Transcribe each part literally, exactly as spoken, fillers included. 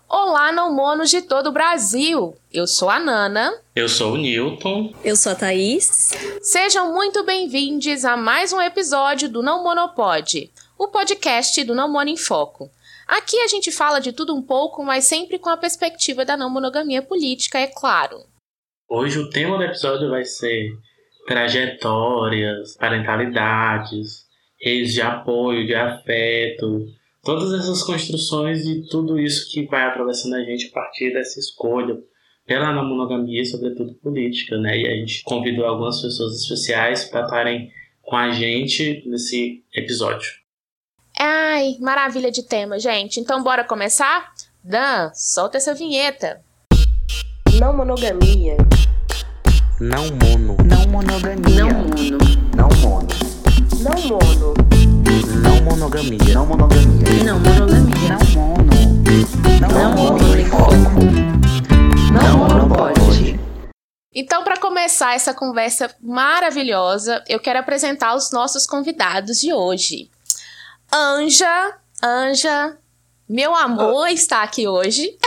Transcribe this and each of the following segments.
Olá, não monos de todo o Brasil! Eu sou a Nana. Eu sou o Newton. Eu sou a Thaís. Sejam muito bem-vindos a mais um episódio do Não Monopode, o podcast do Não Mono em Foco. Aqui a gente fala de tudo um pouco, mas sempre com a perspectiva da não monogamia política, é claro. Hoje o tema do episódio vai ser trajetórias, parentalidades, redes de apoio, de afeto, todas essas construções e tudo isso que vai atravessando a gente a partir dessa escolha pela não monogamia, sobretudo política, né? E a gente convidou algumas pessoas especiais para estarem com a gente nesse episódio. Ai, maravilha de tema, gente. Então bora começar? Dan, solta essa vinheta. Não monogamia. Não mono. Não monogamia. Não mono. Não mono. Não mono. Não monogamia. Não monogamia. Não monogamia. Não mono. Não Não mono mono. em foco. Não monopode. Então, para começar essa conversa maravilhosa, eu quero apresentar os nossos convidados de hoje. Anja, Anja, meu amor, está aqui hoje.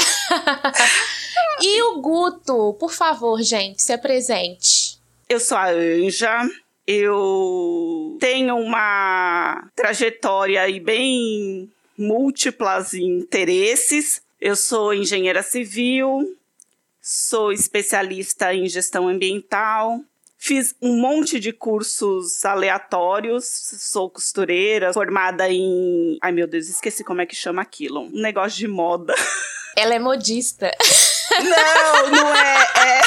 E o Guto, por favor, gente, se apresente. Eu sou a Anja, eu tenho uma trajetória aí bem múltiplas interesses. Eu sou engenheira civil, sou especialista em gestão ambiental, fiz um monte de cursos aleatórios, sou costureira, formada em... Ai, meu Deus, esqueci como é que chama aquilo. Um negócio de moda. Ela é modista. Não, não é... é...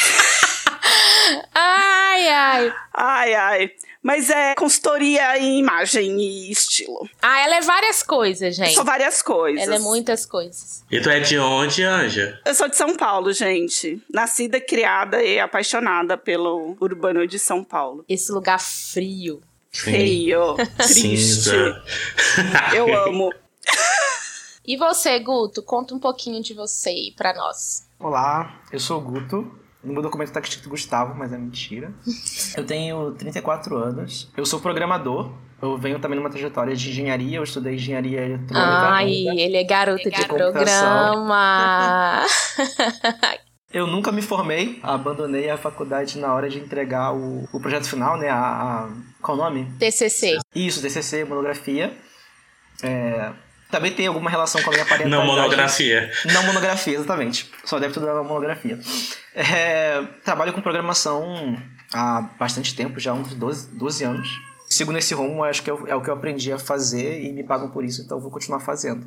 Ai, ai. Ai, ai. Mas é consultoria em imagem e estilo. Ah, ela é várias coisas, gente. São várias coisas. Ela é muitas coisas. E tu é de onde, Anja? Eu sou de São Paulo, gente. Nascida, criada e apaixonada pelo urbano de São Paulo. Esse lugar frio. Feio, triste. Cinza. Eu amo. E você, Guto? Conta um pouquinho de você aí pra nós. Olá, eu sou o Guto. No meu documento tá escrito Gustavo, mas é mentira. Eu tenho trinta e quatro anos. Eu sou programador. Eu venho também numa trajetória de engenharia. Eu estudei engenharia eletrônica. Ai, ele é garoto de programa. Eu nunca me formei. Abandonei a faculdade na hora de entregar o, o projeto final, né? A, a, qual o nome? T C C. Isso, T C C, monografia. É... Também tem alguma relação com a minha parentalidade. Não monografia. Não monografia, exatamente. Só deve tudo na monografia. É, trabalho com programação há bastante tempo, já há uns doze, doze anos. Sigo nesse rumo, acho que é o, é o que eu aprendi a fazer e me pagam por isso, então eu vou continuar fazendo.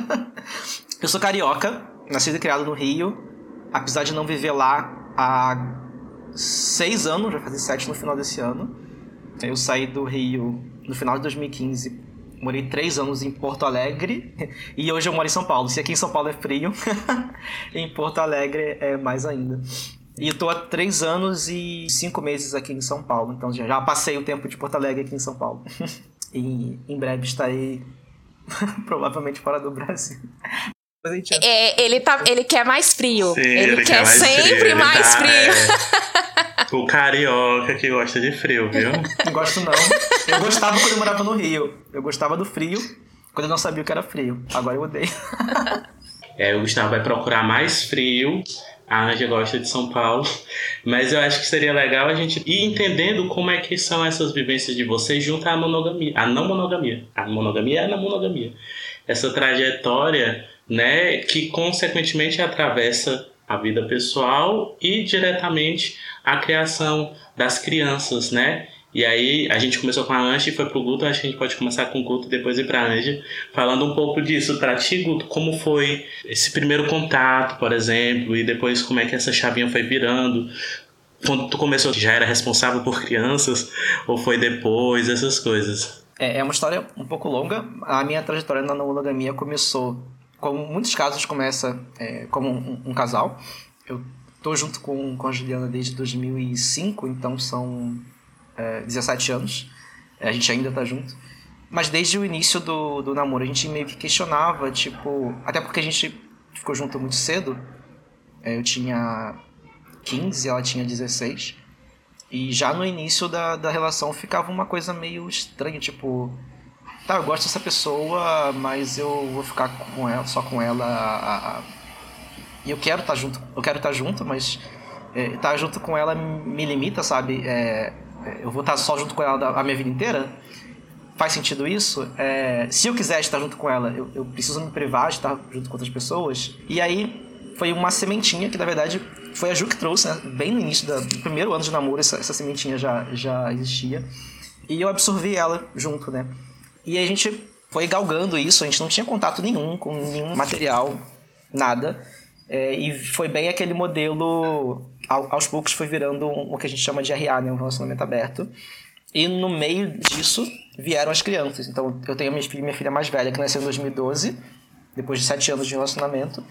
Eu sou carioca, nascido e criado no Rio, apesar de não viver lá há seis anos, já fazer sete no final desse ano. Eu saí do Rio no final de dois mil e quinze. Morei três anos em Porto Alegre e hoje eu moro em São Paulo. Se aqui em São Paulo é frio, em Porto Alegre é mais ainda. E eu tô há três anos e cinco meses aqui em São Paulo. Então já, já passei o tempo de Porto Alegre aqui em São Paulo. E em breve estarei provavelmente fora do Brasil. É, ele, tá, ele quer mais frio. Sim, ele, ele quer, quer mais sempre frio, ele mais tá, frio. é... O carioca que gosta de frio, viu? Não gosto não. Eu gostava quando eu morava no Rio. Eu gostava do frio quando eu não sabia o que era frio. Agora eu odeio. É, o Gustavo vai procurar mais frio. A Anja gosta de São Paulo. Mas eu acho que seria legal a gente ir entendendo como é que são essas vivências de vocês junto à monogamia. A não monogamia. A monogamia é a não monogamia. Essa trajetória, né, que consequentemente atravessa a vida pessoal e diretamente a criação das crianças, né? E aí a gente começou com a Anja e foi pro Guto. Acho que a gente pode começar com o Guto e depois ir pra Anja, falando um pouco disso. Pra ti, Guto, como foi esse primeiro contato, por exemplo, e depois como é que essa chavinha foi virando? Quando tu começou, já era responsável por crianças ou foi depois, essas coisas? É, é uma história um pouco longa. A minha trajetória na monogamia começou, como muitos casos começa é, como um, um casal. Eu tô junto com, com a Juliana desde dois mil e cinco, então são é, dezessete anos. É, a gente ainda tá junto. Mas desde o início do, do namoro a gente meio que questionava, tipo... Até porque a gente ficou junto muito cedo. É, eu tinha quinze, ela tinha dezesseis. E já no início da, da relação ficava uma coisa meio estranha, tipo... Tá, eu gosto dessa pessoa, mas eu vou ficar com ela, só com ela a, a, E eu quero estar junto, eu quero estar junto, mas é, estar junto com ela me limita, sabe? É, eu vou estar só junto com ela a minha vida inteira? Faz sentido isso? É, se eu quiser estar junto com ela, eu, eu preciso me privar de estar junto com outras pessoas? E aí foi uma sementinha que, na verdade, foi a Ju que trouxe, né? Bem no início da, do primeiro ano de namoro, essa, essa sementinha já, já existia. E eu absorvi ela junto, né? E aí a gente foi galgando isso, a gente não tinha contato nenhum com nenhum material, nada. É, e foi bem aquele modelo, ao, aos poucos foi virando um, o que a gente chama de R A, né? Um relacionamento aberto. E no meio disso vieram as crianças. Então eu tenho a minha filha, minha filha mais velha, que nasceu em dois mil e doze, depois de sete anos de relacionamento.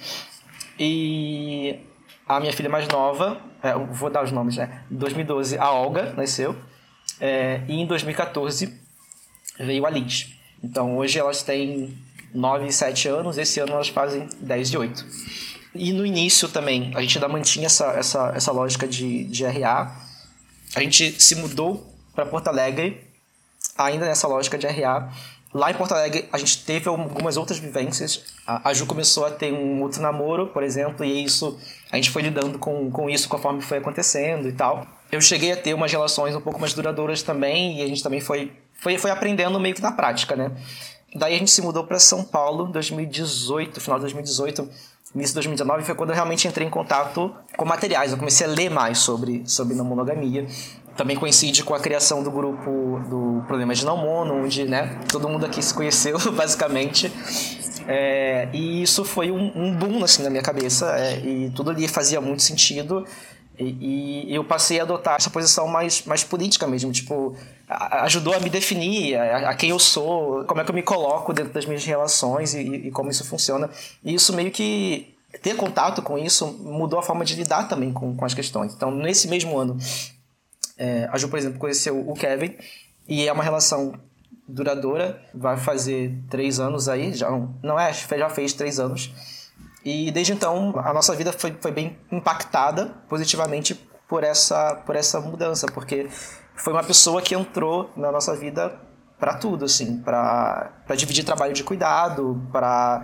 E a minha filha mais nova, é, vou dar os nomes, né? Em dois mil e doze a Olga nasceu. É, e em dois mil e quatorze veio a Liz. Então hoje elas têm nove e sete anos, esse ano elas fazem dez e oito. E no início também, a gente ainda mantinha essa, essa, essa lógica de, de R A. A gente se mudou para Porto Alegre, ainda nessa lógica de R A. Lá em Porto Alegre, a gente teve algumas outras vivências. A, a Ju começou a ter um outro namoro, por exemplo, e isso, a gente foi lidando com, com isso conforme foi acontecendo e tal. Eu cheguei a ter umas relações um pouco mais duradouras também, e a gente também foi, foi, foi aprendendo meio que na prática, né? Daí a gente se mudou para São Paulo em dois mil e dezoito, final de dois mil e dezoito, início de dois mil e dezenove, foi quando eu realmente entrei em contato com materiais. Eu comecei a ler mais sobre, sobre não monogamia. Também coincide com a criação do grupo do Problema de Não Mono, onde, né, todo mundo aqui se conheceu, basicamente. É, e isso foi um, um boom assim, na minha cabeça, é, e tudo ali fazia muito sentido. E, e eu passei a adotar essa posição mais, mais política mesmo, tipo, a, ajudou a me definir, a, a quem eu sou, como é que eu me coloco dentro das minhas relações e, e como isso funciona. E isso meio que, ter contato com isso mudou a forma de lidar também com, com as questões. Então, nesse mesmo ano, é, a Ju, por exemplo, conheceu o Kevin, e é uma relação duradoura, vai fazer três anos aí, já, não é, já fez três anos. E desde então, a nossa vida foi, foi bem impactada positivamente por essa, por essa mudança, porque foi uma pessoa que entrou na nossa vida para tudo, assim, para dividir trabalho de cuidado, para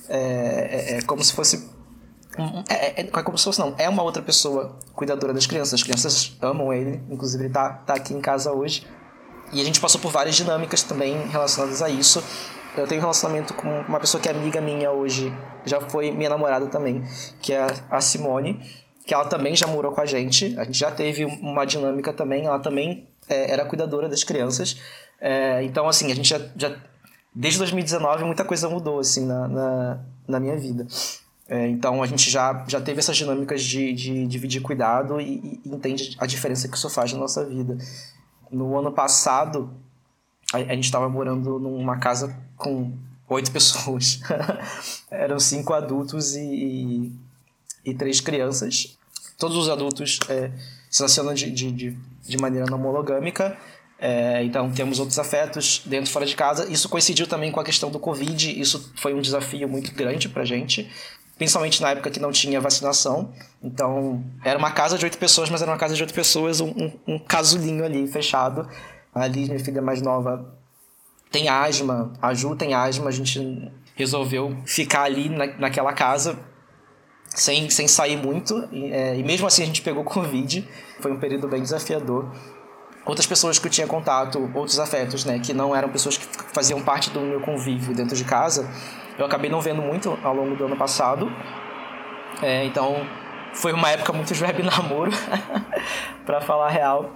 é, é, é como se fosse é, é, é como se fosse não, é uma outra pessoa cuidadora das crianças. As crianças amam ele, inclusive ele tá, tá aqui em casa hoje. E a gente passou por várias dinâmicas também relacionadas a isso. Eu tenho um relacionamento com uma pessoa que é amiga minha hoje, já foi minha namorada também, que é a Simone, que ela também já morou com a gente. A gente já teve uma dinâmica também, ela também é, era cuidadora das crianças. É, então, assim, a gente já, já... Desde dois mil e dezenove, muita coisa mudou, assim, na, na, na minha vida. É, então, a gente já, já teve essas dinâmicas de, de dividir cuidado e, e entende a diferença que isso faz na nossa vida. No ano passado, a, a gente estava morando numa casa com oito pessoas. Eram cinco adultos e, e, e três crianças. Todos os adultos é, se relacionam de, de, de, de maneira não monogâmica. É, então temos outros afetos dentro e fora de casa. Isso coincidiu também com a questão do Covid. Isso foi um desafio muito grande pra gente, principalmente na época que não tinha vacinação. Então era uma casa de oito pessoas, mas era uma casa de oito pessoas, um, um, um casulinho ali fechado. A Liz, minha filha mais nova, tem asma, a Ju tem asma. A gente resolveu ficar ali na, naquela casa sem, sem sair muito, e, é, e mesmo assim a gente pegou Covid. Foi um período bem desafiador. Outras pessoas que eu tinha contato, outros afetos, né, que não eram pessoas que faziam parte do meu convívio dentro de casa, eu acabei não vendo muito ao longo do ano passado. É, então foi uma época muito de web namoro, pra falar a real.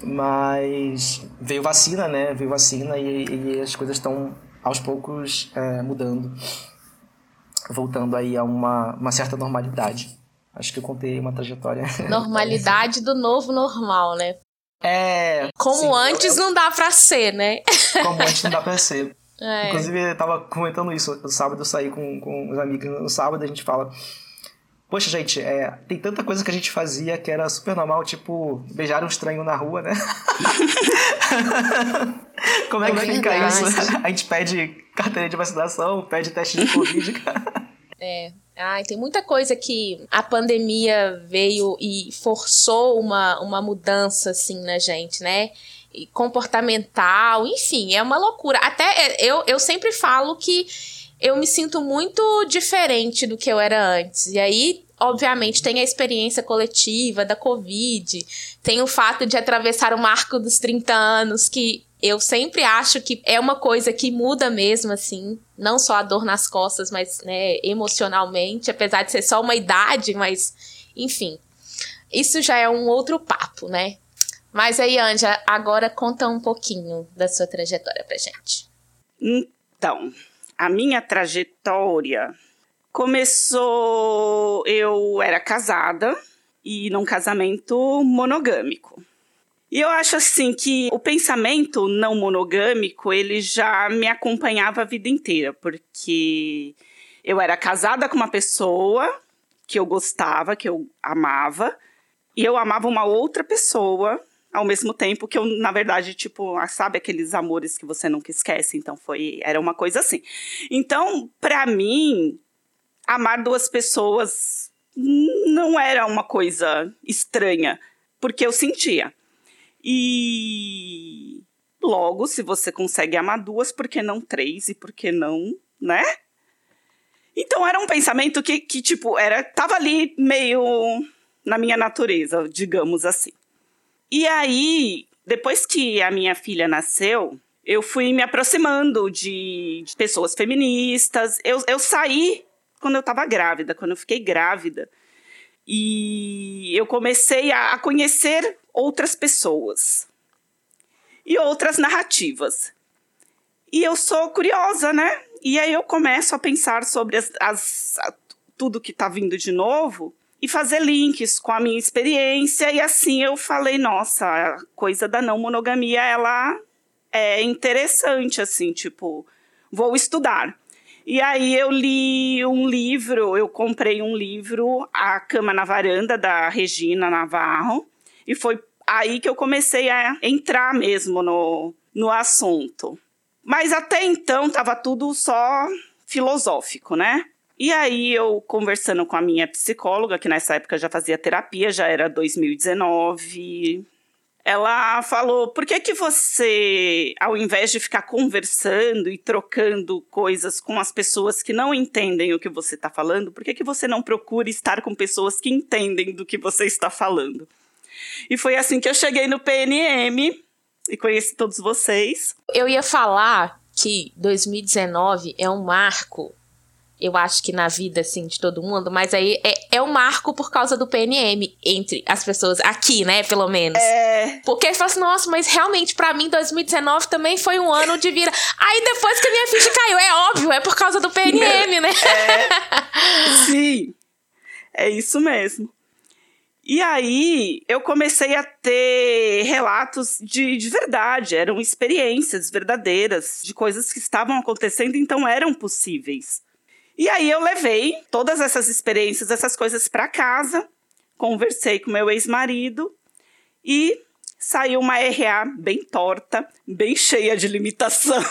Mas veio vacina, né? Veio vacina e, e as coisas estão aos poucos é, mudando, voltando aí a uma, uma certa normalidade. Acho que eu contei uma trajetória. Normalidade do novo normal, né? É. Como sim, antes eu, não dá pra ser, né? Como antes não dá pra ser. É. Inclusive, eu tava comentando isso. No sábado eu saí com, com os amigos. No sábado a gente fala: poxa, gente, é, tem tanta coisa que a gente fazia que era super normal, tipo, beijar um estranho na rua, né? Como é que é fica verdade. isso? A gente pede carteira de vacinação, pede teste de Covid, cara. É. Ai, tem muita coisa que a pandemia veio e forçou uma, uma mudança, assim, na gente, né? E comportamental, enfim, é uma loucura. Até eu, eu sempre falo que eu me sinto muito diferente do que eu era antes. E aí, obviamente, tem a experiência coletiva da Covid, tem o fato de atravessar o marco dos trinta anos, que eu sempre acho que é uma coisa que muda mesmo, assim, não só a dor nas costas, mas, né, emocionalmente, apesar de ser só uma idade, mas, enfim, isso já é um outro papo, né? Mas aí, Anja, agora conta um pouquinho da sua trajetória pra gente. Então, a minha trajetória começou... Eu era casada e num casamento monogâmico. E eu acho assim que o pensamento não monogâmico, ele já me acompanhava a vida inteira, porque eu era casada com uma pessoa que eu gostava, que eu amava, e eu amava uma outra pessoa ao mesmo tempo que eu, na verdade, tipo, sabe aqueles amores que você nunca esquece? Então, foi, era uma coisa assim. Então, pra mim, amar duas pessoas não era uma coisa estranha, porque eu sentia. E logo, se você consegue amar duas, por que não três? E por que não, né? Então, era um pensamento que, que tipo, era, tava ali meio na minha natureza, digamos assim. E aí, depois que a minha filha nasceu, eu fui me aproximando de, de pessoas feministas. Eu, eu saí quando eu estava grávida, quando eu fiquei grávida. E eu comecei a, a conhecer outras pessoas. E outras narrativas. E eu sou curiosa, né? E aí eu começo a pensar sobre as, as, a, tudo que está vindo de novo. E fazer links com a minha experiência. E assim eu falei, nossa, a coisa da não monogamia, ela é interessante, assim, tipo, vou estudar. E aí eu li um livro, eu comprei um livro, A Cama na Varanda, da Regina Navarro. E foi aí que eu comecei a entrar mesmo no, no assunto. Mas até então estava tudo só filosófico, né? E aí, eu conversando com a minha psicóloga, que nessa época já fazia terapia, já era dois mil e dezenove, ela falou, por que que você, ao invés de ficar conversando e trocando coisas com as pessoas que não entendem o que você está falando, por que que você não procura estar com pessoas que entendem do que você está falando? E foi assim que eu cheguei no P N M e conheci todos vocês. Eu ia falar que dois mil e dezenove é um marco, eu acho que na vida, assim, de todo mundo, mas aí é, é um marco por causa do P N M entre as pessoas, aqui, né, pelo menos. É... Porque eu falo assim, nossa, mas realmente, pra mim, dois mil e dezenove também foi um ano de vida. Aí depois que a minha ficha caiu, é óbvio, é por causa do P N M, né? É... Sim, é isso mesmo. E aí, eu comecei a ter relatos de, de verdade, eram experiências verdadeiras, de coisas que estavam acontecendo, então eram possíveis. E aí eu levei todas essas experiências, essas coisas para casa, conversei com meu ex-marido e saiu uma R A bem torta, bem cheia de limitação,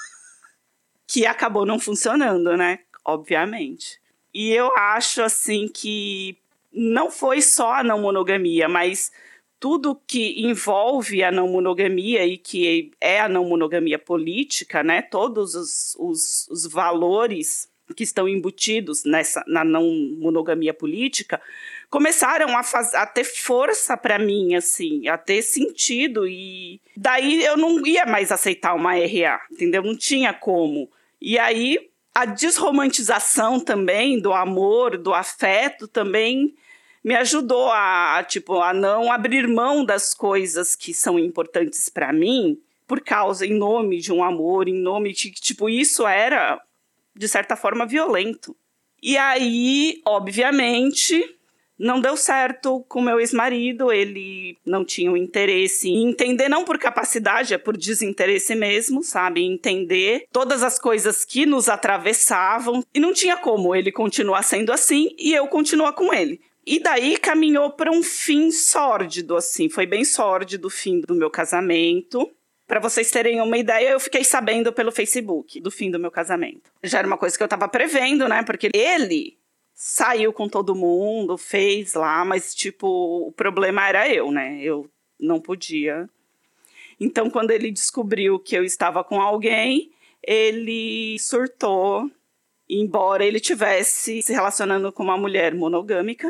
que acabou não funcionando, né? Obviamente. E eu acho, assim, que não foi só a não monogamia, mas tudo que envolve a não monogamia e que é a não monogamia política, né? Todos os, os, os valores que estão embutidos nessa, na não monogamia política, começaram a, faz, a ter força para mim, assim, a ter sentido, e daí eu não ia mais aceitar uma R A, entendeu? Não tinha como. E aí a desromantização também do amor, do afeto também me ajudou a, tipo, a não abrir mão das coisas que são importantes para mim por causa, em nome de um amor, em nome de, tipo, isso era, de certa forma, violento. E aí, obviamente, não deu certo com meu ex-marido, ele não tinha o interesse em entender, não por capacidade, é por desinteresse mesmo, sabe? Entender todas as coisas que nos atravessavam, e não tinha como ele continuar sendo assim e eu continuar com ele. E daí caminhou para um fim sórdido, assim, foi bem sórdido o fim do meu casamento. Para vocês terem uma ideia, eu fiquei sabendo pelo Facebook do fim do meu casamento. Já era uma coisa que eu tava prevendo, né? Porque ele saiu com todo mundo, fez lá, mas, tipo, o problema era eu, né? Eu não podia. Então, quando ele descobriu que eu estava com alguém, ele surtou embora ele tivesse se relacionando com uma mulher monogâmica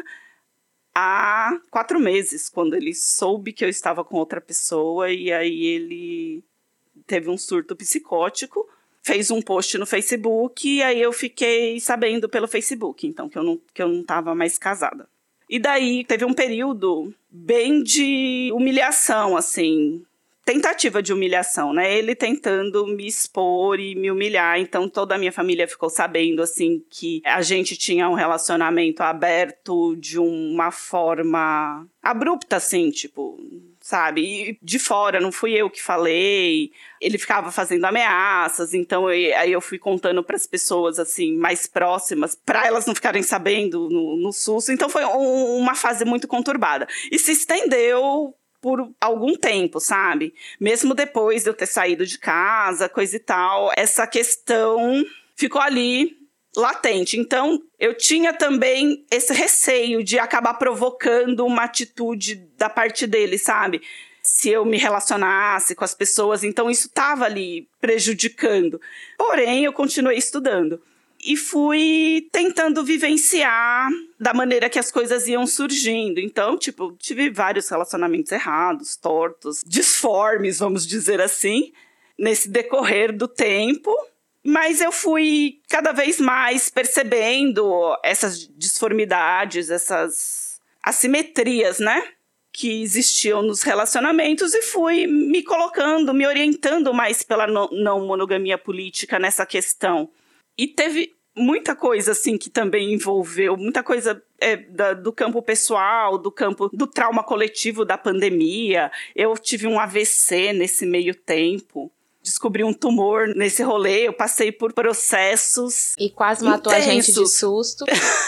há quatro meses, quando ele soube que eu estava com outra pessoa, e aí ele teve um surto psicótico, fez um post no Facebook, e aí eu fiquei sabendo pelo Facebook, então, que eu não, que eu não estava mais casada. E daí teve um período bem de humilhação, assim, tentativa de humilhação, né? Ele tentando me expor e me humilhar. Então, toda a minha família ficou sabendo, assim, que a gente tinha um relacionamento aberto de uma forma abrupta, assim, tipo, sabe? E de fora, não fui eu que falei. Ele ficava fazendo ameaças. Então, eu, aí eu fui contando para as pessoas, assim, mais próximas, para elas não ficarem sabendo no, no susto. Então, foi um, uma fase muito conturbada. E se estendeu por algum tempo, sabe? Mesmo depois de eu ter saído de casa, coisa e tal, essa questão ficou ali latente. Então, eu tinha também esse receio de acabar provocando uma atitude da parte dele, sabe? Se eu me relacionasse com as pessoas, então isso estava ali prejudicando. Porém, eu continuei estudando. E fui tentando vivenciar da maneira que as coisas iam surgindo. Então, tipo, tive vários relacionamentos errados, tortos, disformes, vamos dizer assim, nesse decorrer do tempo. Mas eu fui cada vez mais percebendo essas disformidades, essas assimetrias, né, que existiam nos relacionamentos, e fui me colocando, me orientando mais pela não monogamia política nessa questão. E teve muita coisa, assim, que também envolveu, muita coisa é, da, do campo pessoal, do campo do trauma coletivo da pandemia. Eu tive um A V C nesse meio tempo, descobri um tumor nesse rolê, eu passei por processos E quase matou a gente de intensos. susto.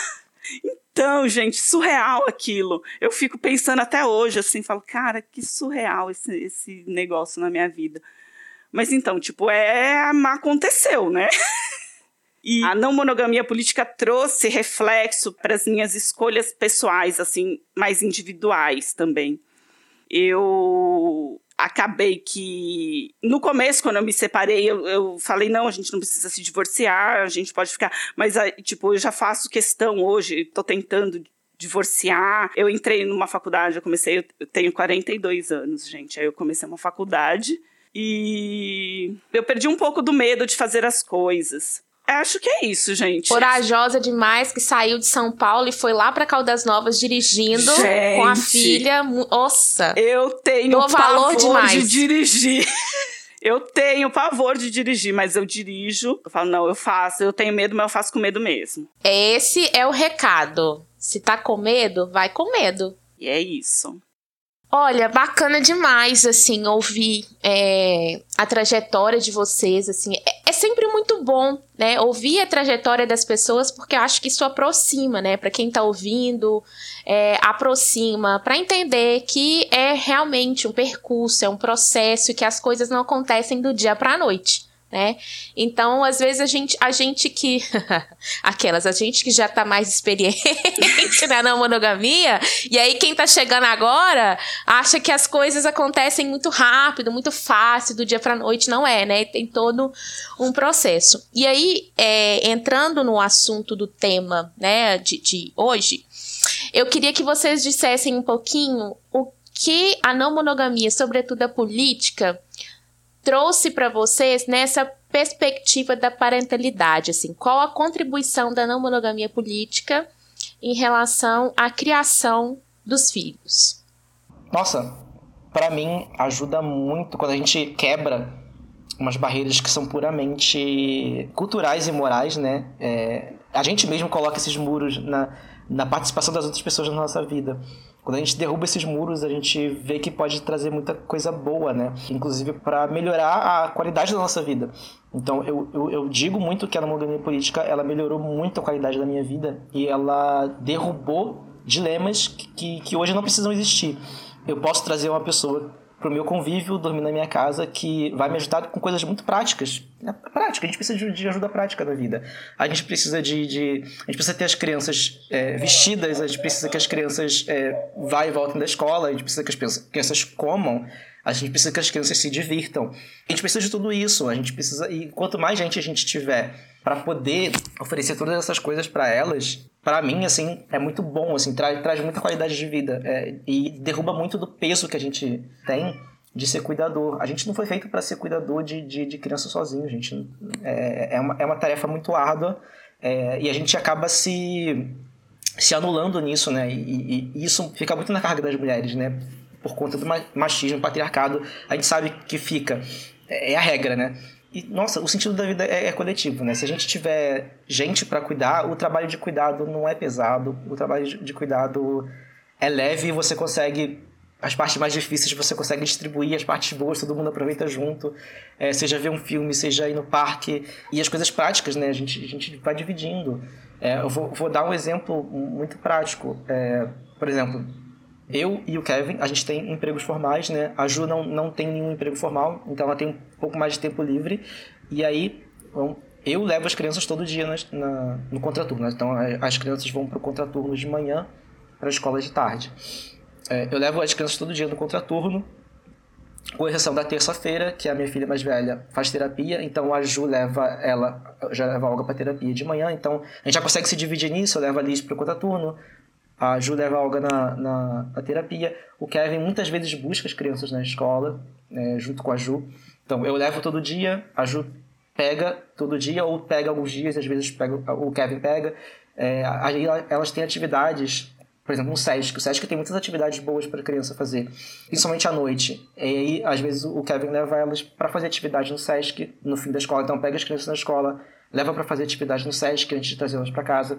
Então, gente, surreal aquilo. Eu fico pensando até hoje, assim, falo, cara, que surreal esse, esse negócio na minha vida. Mas então, tipo, é, aconteceu, né? E a não monogamia política trouxe reflexo para as minhas escolhas pessoais, assim, mais individuais também. Eu acabei que, no começo, quando eu me separei, eu, eu falei, não, a gente não precisa se divorciar, a gente pode ficar... Mas, tipo, eu já faço questão hoje, estou tentando divorciar. Eu entrei numa faculdade, eu comecei, eu tenho quarenta e dois anos, gente. Aí eu comecei uma faculdade e eu perdi um pouco do medo de fazer as coisas. Acho que é isso, gente. Corajosa demais, que saiu de São Paulo e foi lá pra Caldas Novas dirigindo Gente, com a filha. Nossa! Eu tenho Dou valor pavor demais. de dirigir. Eu tenho pavor de dirigir, mas eu dirijo. Eu falo, não, eu faço. Eu tenho medo, mas eu faço com medo mesmo. Esse é o recado. Se tá com medo, vai com medo. E é isso. Olha, bacana demais, assim, ouvir é, a trajetória de vocês, assim, é, é sempre muito bom, né, ouvir a trajetória das pessoas, porque eu acho que isso aproxima, né, para quem tá ouvindo, é, aproxima, para entender que é realmente um percurso, é um processo, e que as coisas não acontecem do dia pra noite, né, então, às vezes, a gente, a gente que, aquelas, a gente que já tá mais experiente na não monogamia, e aí quem tá chegando agora acha que as coisas acontecem muito rápido, muito fácil, do dia pra noite, não é, né, tem todo um processo. E aí, é, entrando no assunto do tema, né, de, de hoje, eu queria que vocês dissessem um pouquinho o que a não monogamia, sobretudo a política, trouxe para vocês nessa perspectiva da parentalidade, assim, qual a contribuição da não monogamia política em relação à criação dos filhos? Nossa, pra mim ajuda muito quando a gente quebra umas barreiras que são puramente culturais e morais, né? É, a gente mesmo coloca esses muros na, na participação das outras pessoas na nossa vida. Quando a gente derruba esses muros, a gente vê que pode trazer muita coisa boa, né? Inclusive para melhorar a qualidade da nossa vida. Então, eu, eu, eu digo muito que a monogamia política, ela melhorou muito a qualidade da minha vida e ela derrubou dilemas que, que, que hoje não precisam existir. Eu posso trazer uma pessoa pro meu convívio, dormir na minha casa, que vai me ajudar com coisas muito práticas. É prática, a gente precisa de, de ajuda prática na vida. A gente precisa de... de a gente precisa ter as crianças é, vestidas, a gente precisa que as crianças é, vá e voltem da escola, a gente precisa que as crianças comam, a gente precisa que as crianças se divirtam. A gente precisa de tudo isso, a gente precisa... E quanto mais gente a gente tiver para poder oferecer todas essas coisas para elas, para mim, assim, é muito bom, assim, traz, traz muita qualidade de vida é, e derruba muito do peso que a gente tem de ser cuidador. A gente não foi feito para ser cuidador de, de, de criança sozinho, gente. É, é, uma, é uma tarefa muito árdua é, e a gente acaba se, se anulando nisso, né? E, e, e isso fica muito na carga das mulheres, né? Por conta do machismo, patriarcado, a gente sabe que fica. É, é a regra, né? E, nossa, o sentido da vida é, é coletivo, né? Se a gente tiver gente para cuidar, o trabalho de cuidado não é pesado, o trabalho de, de cuidado é leve e você consegue... As partes mais difíceis você consegue distribuir, as partes boas todo mundo aproveita junto, é, seja ver um filme, seja ir no parque, e as coisas práticas, né? A gente, a gente vai dividindo. É, eu vou, vou dar um exemplo muito prático. É, por exemplo, eu e o Kevin, a gente tem empregos formais, né? A Ju não, não tem nenhum emprego formal, então ela tem um pouco mais de tempo livre, e aí bom, eu levo as crianças todo dia na, na, no contraturno. Então as crianças vão para o contraturno de manhã, para a escola de tarde. É, eu levo as crianças todo dia no contraturno, com exceção da terça-feira, que a minha filha mais velha faz terapia, então a Ju leva ela, já leva a Olga para terapia de manhã, então a gente já consegue se dividir nisso, eu levo a Liz para o contraturno, a Ju leva a Olga na, na, na terapia, o Kevin muitas vezes busca as crianças na escola, é, junto com a Ju, então eu levo todo dia, a Ju pega todo dia, ou pega alguns dias, às vezes pega, o Kevin pega, é, aí elas têm atividades. Por exemplo, no Sesc. O Sesc tem muitas atividades boas para a criança fazer, principalmente à noite. E aí, às vezes, o Kevin leva elas para fazer atividade no Sesc, no fim da escola. Então, pega as crianças na escola, leva para fazer atividade no Sesc, antes de trazê-las para casa.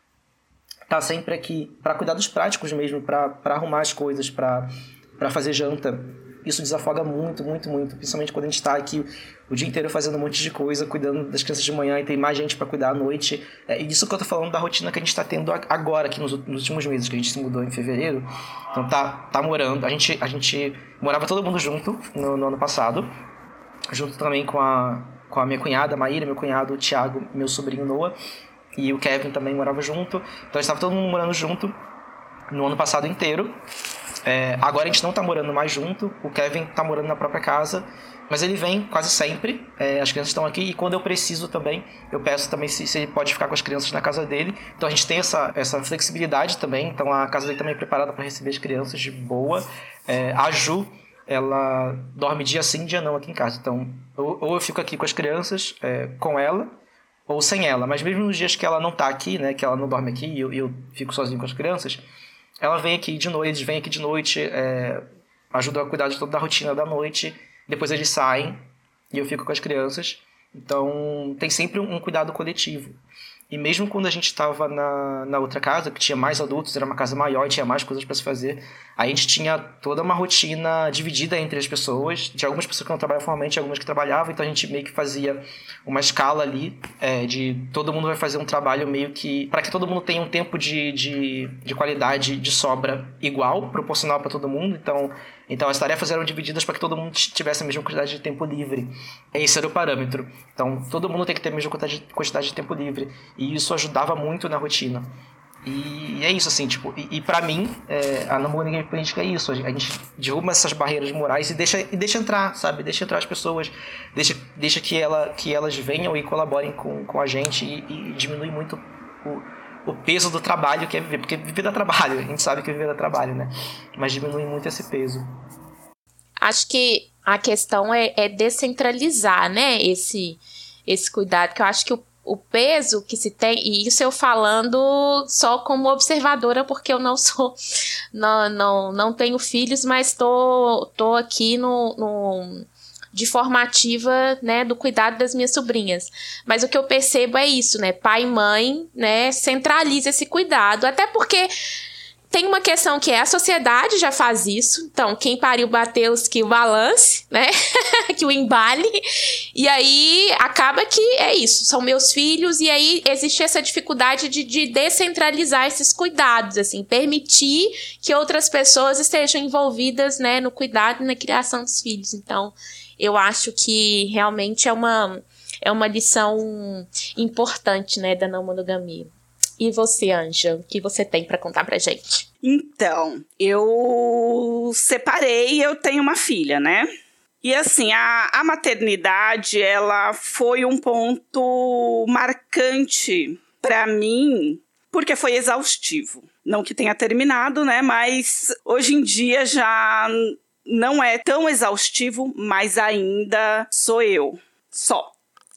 Tá sempre aqui para cuidar dos práticos mesmo, para arrumar as coisas, para fazer janta. Isso desafoga muito, muito, muito. Principalmente quando a gente está aqui o dia inteiro fazendo um monte de coisa, cuidando das crianças de manhã e tem mais gente para cuidar à noite. É isso que eu tô falando da rotina que a gente está tendo agora, aqui nos, nos últimos meses, que a gente se mudou em fevereiro. Então tá, tá morando. A gente, a gente morava todo mundo junto no, no ano passado, junto também com a, com a minha cunhada, a Maíra, meu cunhado, o Thiago, meu sobrinho Noah, e o Kevin também morava junto. Então a gente estava todo mundo morando junto no ano passado inteiro. É, agora a gente não tá morando mais junto, o Kevin tá morando na própria casa, mas ele vem quase sempre, é, as crianças estão aqui, e quando eu preciso também, eu peço também se, se ele pode ficar com as crianças na casa dele. Então a gente tem essa, essa flexibilidade também, então a casa dele também é preparada para receber as crianças de boa. É, a Ju, ela dorme dia sim, dia não aqui em casa, então ou, ou eu fico aqui com as crianças, é, com ela, ou sem ela, mas mesmo nos dias que ela não tá aqui, né, que ela não dorme aqui e eu, eu fico sozinho com as crianças, ela vem aqui de noite, eles vêm aqui de noite, é, ajudam a cuidar de toda a rotina da noite, depois eles saem e eu fico com as crianças. Então tem sempre um cuidado coletivo. E mesmo quando a gente estava na, na outra casa, que tinha mais adultos, era uma casa maior e tinha mais coisas para se fazer, a gente tinha toda uma rotina dividida entre as pessoas. Tinha algumas pessoas que não trabalhavam formalmente, algumas que trabalhavam, então a gente meio que fazia uma escala ali, é, de todo mundo vai fazer um trabalho meio que... para que todo mundo tenha um tempo de, de, de qualidade de sobra igual, proporcional para todo mundo. Então, então as tarefas eram divididas para que todo mundo tivesse a mesma quantidade de tempo livre. Esse era o parâmetro. Então todo mundo tem que ter a mesma quantidade de, quantidade de tempo livre. E isso ajudava muito na rotina. E é isso, assim, tipo... E, e pra mim, é, a não monogamia política é isso. A gente derruba essas barreiras morais e deixa, e deixa entrar, sabe? Deixa entrar as pessoas. Deixa, deixa que, ela, que elas venham e colaborem com, com a gente. E, e diminui muito o, o peso do trabalho que é viver. Porque viver dá trabalho. A gente sabe que viver dá trabalho, né? Mas diminui muito esse peso. Acho que a questão é, é descentralizar, né? Esse, esse cuidado. Que eu acho que o O peso que se tem, e isso eu falando só como observadora, porque eu não sou, não, não, não tenho filhos, mas tô, tô aqui no, no, de formativa, né, do cuidado das minhas sobrinhas. Mas o que eu percebo é isso, né, pai e mãe, né, centraliza esse cuidado, até porque tem uma questão que é a sociedade já faz isso. Então, quem pariu Mateus que o balance, né? Que o embale. E aí, acaba que é isso. São meus filhos. E aí, existe essa dificuldade de, de descentralizar esses cuidados, assim. Permitir que outras pessoas estejam envolvidas, né? No cuidado e na criação dos filhos. Então, eu acho que realmente é uma, é uma lição importante, né? Da não monogamia. E você, Anja, o que você tem para contar pra gente? Então, eu separei, eu tenho uma filha, né? E assim, a, a maternidade, ela foi um ponto marcante para mim, porque foi exaustivo. Não que tenha terminado, né? Mas hoje em dia já não é tão exaustivo, mas ainda sou eu, só.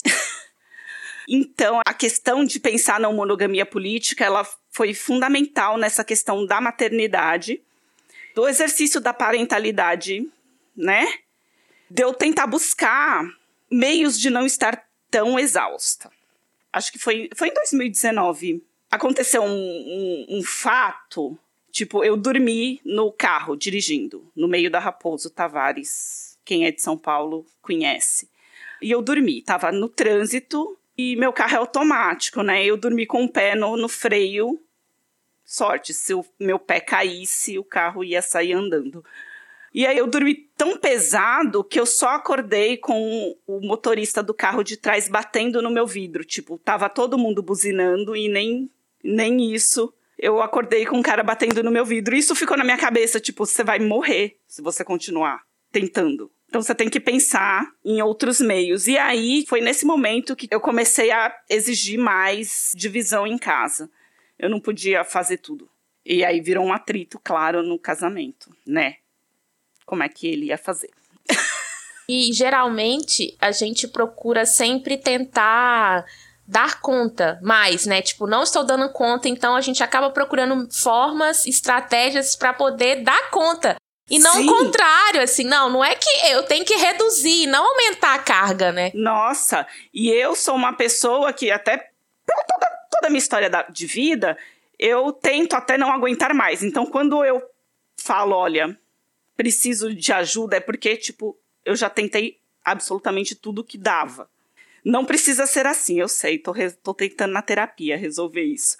Então, a questão de pensar na monogamia política, ela foi fundamental nessa questão da maternidade, do exercício da parentalidade, né? De eu tentar buscar meios de não estar tão exausta. Acho que foi, foi em dois mil e dezenove. Aconteceu um, um, um fato, tipo, eu dormi no carro, dirigindo, no meio da Raposo Tavares. Quem é de São Paulo conhece. E eu dormi, tava no trânsito e meu carro é automático, né? Eu dormi com o pé no, no freio. Sorte, se o meu pé caísse, o carro ia sair andando. E aí eu dormi tão pesado que eu só acordei com o motorista do carro de trás batendo no meu vidro. Tipo, tava todo mundo buzinando e nem, nem isso. Eu acordei com um cara batendo no meu vidro. Isso ficou na minha cabeça, tipo, você vai morrer se você continuar tentando. Então você tem que pensar em outros meios. E aí foi nesse momento que eu comecei a exigir mais divisão em casa. Eu não podia fazer tudo. E aí virou um atrito, claro, no casamento, né? Como é que ele ia fazer. E, geralmente, a gente procura sempre tentar dar conta mais, né? Tipo, não estou dando conta, então a gente acaba procurando formas, estratégias para poder dar conta. E não Sim. o contrário, assim, não, não é que eu tenho que reduzir, não aumentar a carga, né? Nossa, e eu sou uma pessoa que até, pela toda, toda a minha história da, de vida, eu tento até não aguentar mais. Então, quando eu falo, olha, preciso de ajuda, é porque, tipo, eu já tentei absolutamente tudo que dava. Não precisa ser assim, eu sei, tô, re- tô tentando na terapia resolver isso.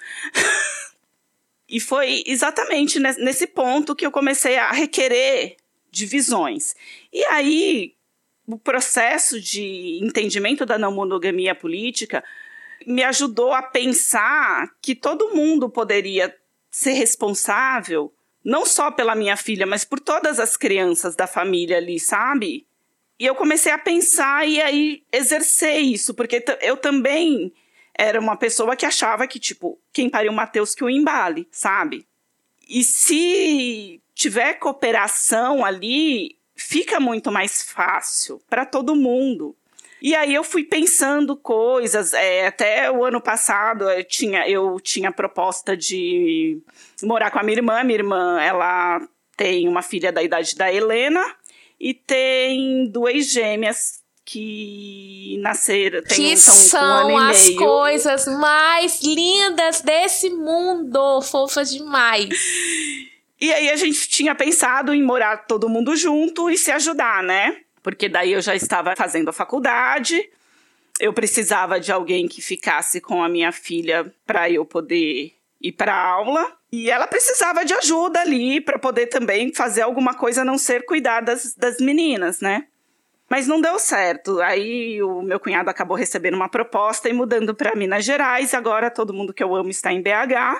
E foi exatamente nesse ponto que eu comecei a requerer divisões. E aí, o processo de entendimento da não monogamia política me ajudou a pensar que todo mundo poderia ser responsável, não só pela minha filha, mas por todas as crianças da família ali, sabe? E eu comecei a pensar e aí exercer isso, porque t- eu também era uma pessoa que achava que, tipo, quem pariu o Mateus que o embale, sabe? E se tiver cooperação ali, fica muito mais fácil para todo mundo. E aí eu fui pensando coisas, é, até o ano passado eu tinha, eu tinha proposta de morar com a minha irmã. Minha irmã, ela tem uma filha da idade da Helena e tem duas gêmeas que nasceram, tem, Que então, são um ano e as meio. coisas mais lindas desse mundo, fofas demais. E aí a gente tinha pensado em morar todo mundo junto e se ajudar, né? Porque daí eu já estava fazendo a faculdade, eu precisava de alguém que ficasse com a minha filha para eu poder ir para aula. E ela precisava de ajuda ali para poder também fazer alguma coisa, a não ser cuidar das, das meninas, né? Mas não deu certo. Aí o meu cunhado acabou recebendo uma proposta e mudando para Minas Gerais. Agora todo mundo que eu amo está em B H.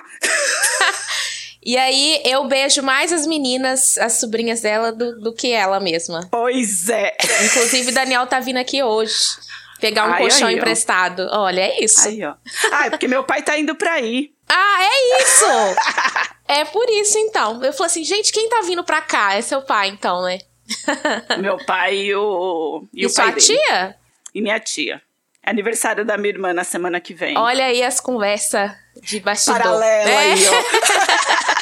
E aí, eu beijo mais as meninas, as sobrinhas dela, do, do que ela mesma. Pois é. Inclusive, Daniel tá vindo aqui hoje pegar um Ai, colchão aí, ó. emprestado. Olha, é isso. Aí, ó. Ah, é porque meu pai tá indo pra aí. Ah, é isso! É por isso, então. Eu falei assim, gente, quem tá vindo pra cá? É seu pai, então, né? Meu pai e o, e E o pai sua dele. tia? E minha tia. É aniversário da minha irmã na semana que vem. Olha aí as conversas de bastidor. Paralela É. aí, ó.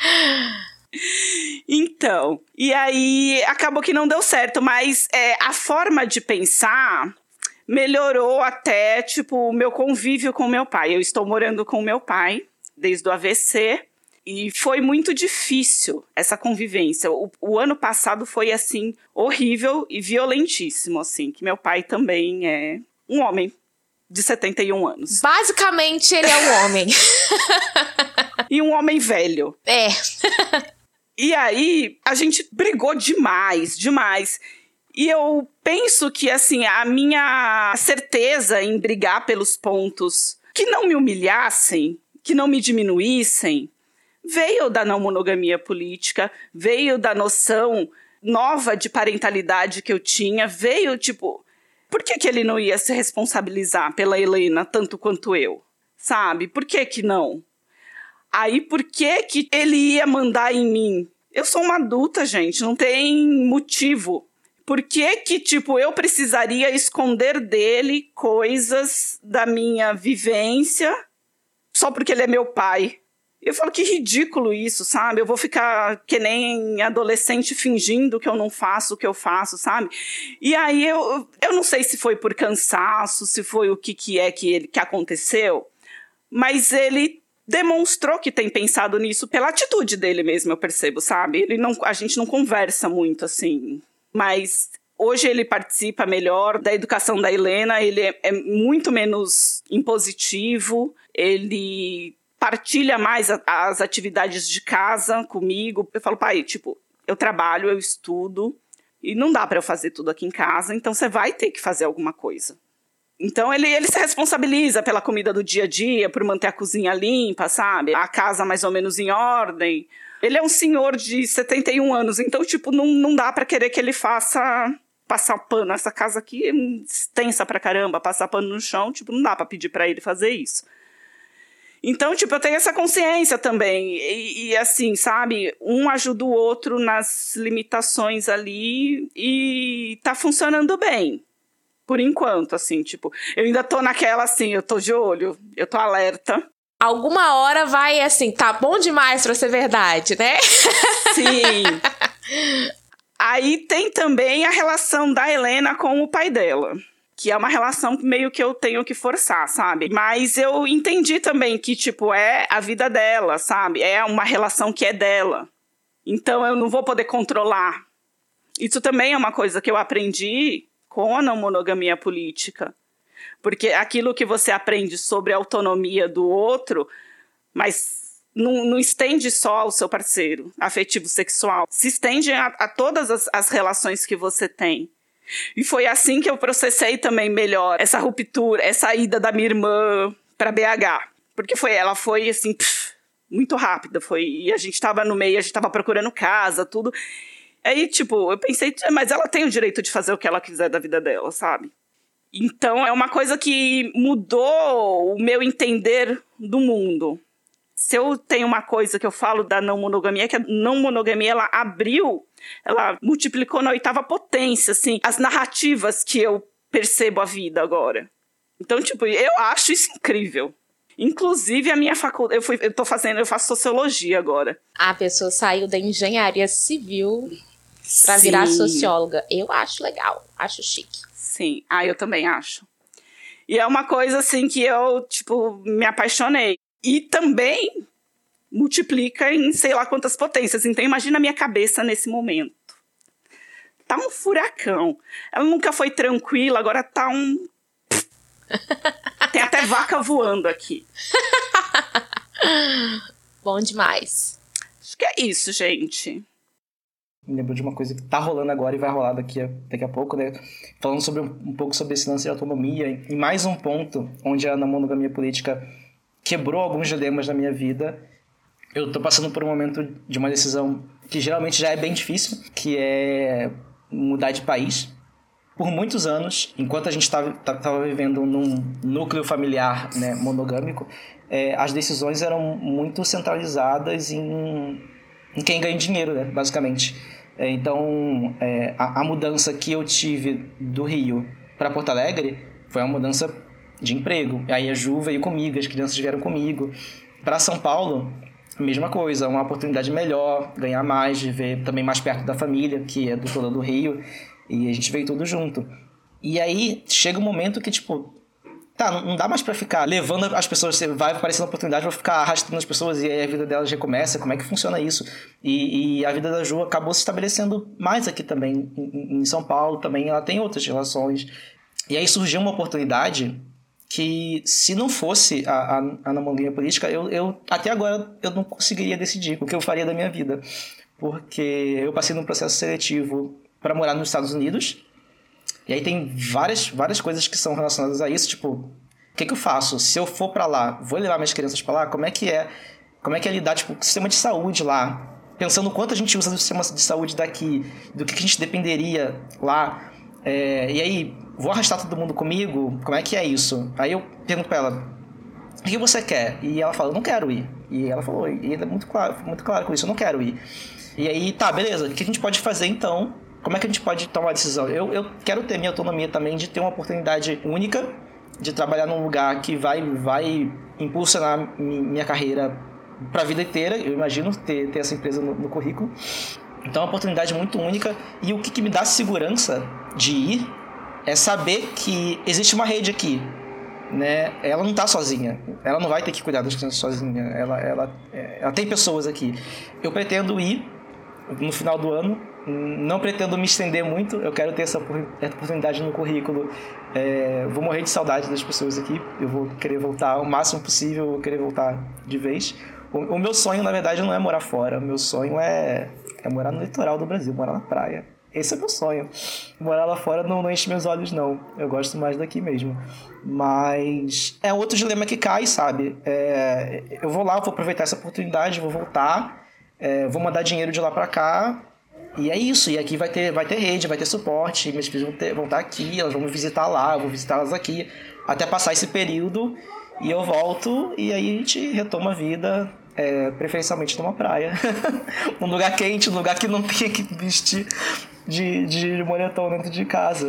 Então, e aí acabou que não deu certo, mas é, a forma de pensar melhorou até, tipo, o meu convívio com meu pai. Eu estou morando com meu pai desde o A V C e foi muito difícil essa convivência. O, o ano passado foi, assim, horrível e violentíssimo, assim, que meu pai também é um homem de setenta e um anos. Basicamente, ele é um homem. E um homem velho. É. E aí, a gente brigou demais, demais. E eu penso que, assim, a minha certeza em brigar pelos pontos que não me humilhassem, que não me diminuíssem, veio da não monogamia política, veio da noção nova de parentalidade que eu tinha veio, tipo, por que que ele não ia se responsabilizar pela Helena tanto quanto eu? Sabe? Por que que não? Aí, por que que ele ia mandar em mim? Eu sou uma adulta, gente, não tem motivo. Por que que, tipo, eu precisaria esconder dele coisas da minha vivência só porque ele é meu pai? Eu falo, que ridículo isso, sabe? Eu vou ficar que nem adolescente fingindo que eu não faço o que eu faço, sabe? E aí eu, eu não sei se foi por cansaço, se foi o que, que é que, ele, que aconteceu, mas ele demonstrou que tem pensado nisso pela atitude dele mesmo, eu percebo, sabe? Ele não, a gente não conversa muito, assim, mas hoje ele participa melhor da educação da Helena, ele é, é muito menos impositivo, ele partilha mais a, as atividades de casa comigo. Eu falo, pai, tipo, eu trabalho, eu estudo, e não dá para eu fazer tudo aqui em casa, então você vai ter que fazer alguma coisa. Então ele, ele se responsabiliza pela comida do dia a dia, por manter a cozinha limpa, sabe? A casa mais ou menos em ordem. Ele é um senhor de setenta e um anos, então, tipo, não, não dá pra querer que ele faça passar pano. Essa casa aqui é extensa pra caramba, passar pano no chão, tipo, não dá pra pedir pra ele fazer isso. Então, tipo, eu tenho essa consciência também. E, e assim, sabe? Um ajuda o outro nas limitações ali e tá funcionando bem. Por enquanto, assim, tipo, eu ainda tô naquela, assim, eu tô de olho, eu tô alerta. Alguma hora vai, assim, tá bom demais pra ser verdade, né? Sim. Aí tem também a relação da Helena com o pai dela, que é uma relação meio que eu tenho que forçar, sabe? Mas eu entendi também que, tipo, é a vida dela, sabe? É uma relação que é dela. Então eu não vou poder controlar. Isso também é uma coisa que eu aprendi com a não monogamia política. Porque aquilo que você aprende sobre a autonomia do outro, mas não, não estende só ao seu parceiro afetivo sexual, se estende a, a todas as, as relações que você tem. E foi assim que eu processei também melhor essa ruptura, essa ida da minha irmã para B H. Porque foi, ela foi assim, pff, muito rápida. Foi, e a gente estava no meio, a gente estava procurando casa, tudo. Aí, tipo, eu pensei, mas ela tem o direito de fazer o que ela quiser da vida dela, sabe? Então, é uma coisa que mudou o meu entender do mundo. Se eu tenho uma coisa que eu falo da não monogamia, é que a não monogamia, ela abriu, ela multiplicou na oitava potência, assim, as narrativas que eu percebo a vida agora. Então, tipo, eu acho isso incrível. Inclusive, a minha faculdade, eu, fui, eu tô fazendo, eu faço sociologia agora. A pessoa saiu da engenharia civil pra virar socióloga. Eu acho legal, acho chique. Sim, ah, eu também acho. E é uma coisa, assim, que eu, tipo, me apaixonei. E também multiplica em sei lá quantas potências. Então, imagina a minha cabeça nesse momento. Tá um furacão. Ela nunca foi tranquila, agora tá um... Tem até vaca voando aqui. Bom demais. Acho que é isso, gente. Me lembro de uma coisa que tá rolando agora e vai rolar daqui a, daqui a pouco, né? Falando sobre um, um pouco sobre esse lance de autonomia. E mais um ponto onde a não monogamia política quebrou alguns dilemas na minha vida. Eu tô passando por um momento de uma decisão que geralmente já é bem difícil, que é mudar de país. Por muitos anos, enquanto a gente estava vivendo num núcleo familiar, né, monogâmico, é, as decisões eram muito centralizadas em, em quem ganha dinheiro, né, basicamente. É, então, é, a, a mudança que eu tive do Rio para Porto Alegre foi uma mudança de emprego. Aí a Ju veio comigo, as crianças vieram comigo. Para São Paulo, mesma coisa, uma oportunidade melhor, ganhar mais, viver também mais perto da família, que é do todo do Rio. E a gente veio tudo junto. E aí, chega um momento que, tipo... Tá, não dá mais pra ficar levando as pessoas... Você vai aparecendo a oportunidade, vai ficar arrastando as pessoas e aí a vida delas recomeça. Como é que funciona isso? E, e a vida da Ju acabou se estabelecendo mais aqui também. Em, em São Paulo também ela tem outras relações. E aí surgiu uma oportunidade que, se não fosse a, a, a monogamia política, eu, eu até agora eu não conseguiria decidir o que eu faria da minha vida. Porque eu passei num processo seletivo para morar nos Estados Unidos. E aí tem várias, várias coisas que são relacionadas a isso. Tipo, o que, que eu faço? Se eu for para lá, vou levar minhas crianças para lá? Como é que é? Como é que é lidar, tipo, com o sistema de saúde lá? pensando o quanto a gente usa do sistema de saúde daqui, do que a gente dependeria lá, é, e aí, vou arrastar todo mundo comigo? Como é que é isso? Aí eu pergunto pra ela, o que você quer? E ela fala, eu não quero ir. E ela falou, e ele é muito claro, muito claro com isso, eu não quero ir. E aí, tá, beleza, o que a gente pode fazer então? Como é que a gente pode tomar uma decisão? Eu, eu quero ter minha autonomia também de ter uma oportunidade única de trabalhar num lugar que vai, vai impulsionar minha carreira para a vida inteira. Eu imagino ter, ter essa empresa no, no currículo. Então é uma oportunidade muito única. E o que, que me dá segurança de ir é saber que existe uma rede aqui. Né? Ela não está sozinha. Ela não vai ter que cuidar das crianças sozinha. Ela, ela, ela tem pessoas aqui. Eu pretendo ir no final do ano. Não pretendo me estender muito. Eu quero ter essa oportunidade no currículo. É, vou morrer de saudade das pessoas aqui. Eu vou querer voltar o máximo possível. Eu vou querer voltar de vez. O, o meu sonho, na verdade, não é morar fora. O meu sonho é, é morar no litoral do Brasil, morar na praia. Esse é o meu sonho. Morar lá fora não, não enche meus olhos, não. Eu gosto mais daqui mesmo. Mas é outro dilema que cai, sabe? É, eu vou lá, vou aproveitar essa oportunidade, vou voltar, é, vou mandar dinheiro de lá pra cá. E é isso. E aqui vai ter, vai ter rede, vai ter suporte. Minhas filhas vão, ter, vão estar aqui, elas vão me visitar lá, eu vou visitá-las aqui. Até passar esse período e eu volto e aí a gente retoma a vida, é, preferencialmente numa praia. Um lugar quente, um lugar que não tenha que vestir de, de moletom dentro de casa.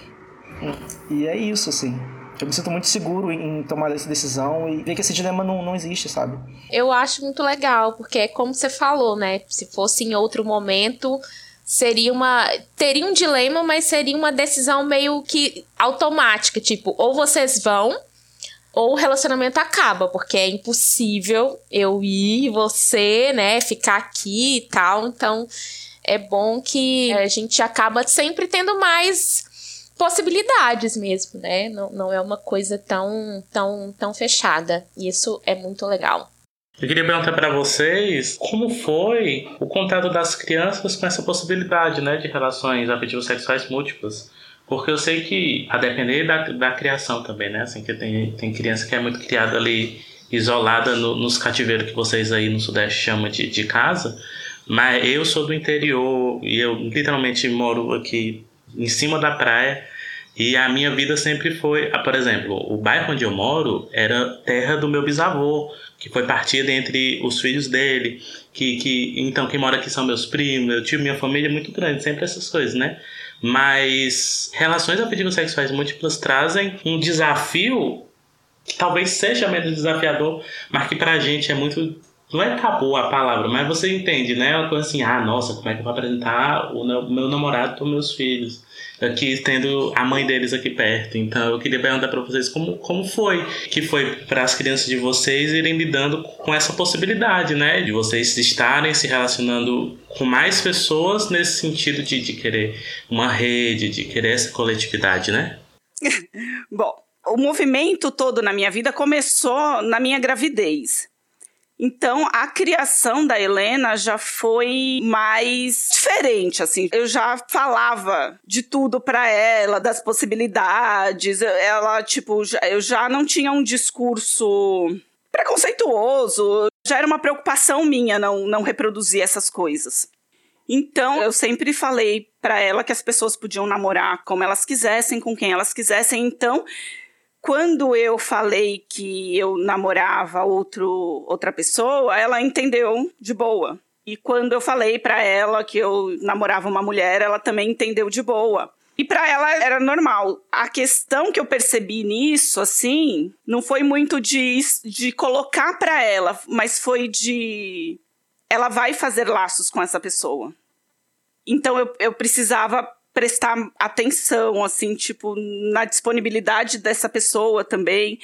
E é isso, assim. Eu me sinto muito seguro em tomar essa decisão e ver que esse dilema não, não existe, sabe? Eu acho muito legal, porque é como você falou, né? Se fosse em outro momento, seria uma... teria um dilema, mas seria uma decisão meio que automática. Tipo, ou vocês vão, ou o relacionamento acaba, porque é impossível eu ir, você, né, ficar aqui e tal. Então, é bom que a gente acaba sempre tendo mais possibilidades mesmo, né? Não, não é uma coisa tão, tão, tão fechada. E isso é muito legal. Eu queria perguntar para vocês como foi o contato das crianças com essa possibilidade, né, de relações afetivas sexuais múltiplas. Porque eu sei que, a depender da, da criação também, né? Assim, que tem, tem criança que é muito criada ali, isolada no, nos cativeiros que vocês aí no Sudeste chamam de, de casa. Mas eu sou do interior e eu literalmente moro aqui em cima da praia, e a minha vida sempre foi, por exemplo, o bairro onde eu moro era terra do meu bisavô, que foi partida entre os filhos dele, que, que então quem mora aqui são meus primos, meu tio, minha família é muito grande, sempre essas coisas, né? Mas relações afetivas sexuais múltiplas trazem um desafio que talvez seja menos desafiador, mas que pra gente é muito... Não é tabu a palavra, mas você entende, né? Uma coisa assim, ah, nossa, como é que eu vou apresentar o meu namorado para meus filhos? Aqui, tendo a mãe deles aqui perto. Então, eu queria perguntar para vocês como, como foi que foi para as crianças de vocês irem lidando com essa possibilidade, né? De vocês estarem se relacionando com mais pessoas nesse sentido de, de querer uma rede, de querer essa coletividade, né? Bom, o movimento todo na minha vida começou na minha gravidez. Então, a criação da Helena já foi mais diferente, assim. Eu já falava de tudo pra ela, das possibilidades. Ela, tipo, eu já não tinha um discurso preconceituoso. Já era uma preocupação minha não, não reproduzir essas coisas. Então, eu sempre falei pra ela que as pessoas podiam namorar como elas quisessem, com quem elas quisessem. Então... Quando eu falei que eu namorava outro, outra pessoa, ela entendeu de boa. E quando eu falei pra ela que eu namorava uma mulher, ela também entendeu de boa. E pra ela era normal. A questão que eu percebi nisso, assim, não foi muito de, de colocar pra ela, mas foi de... Ela vai fazer laços com essa pessoa. Então eu, eu precisava... prestar atenção, assim, tipo, na disponibilidade dessa pessoa também.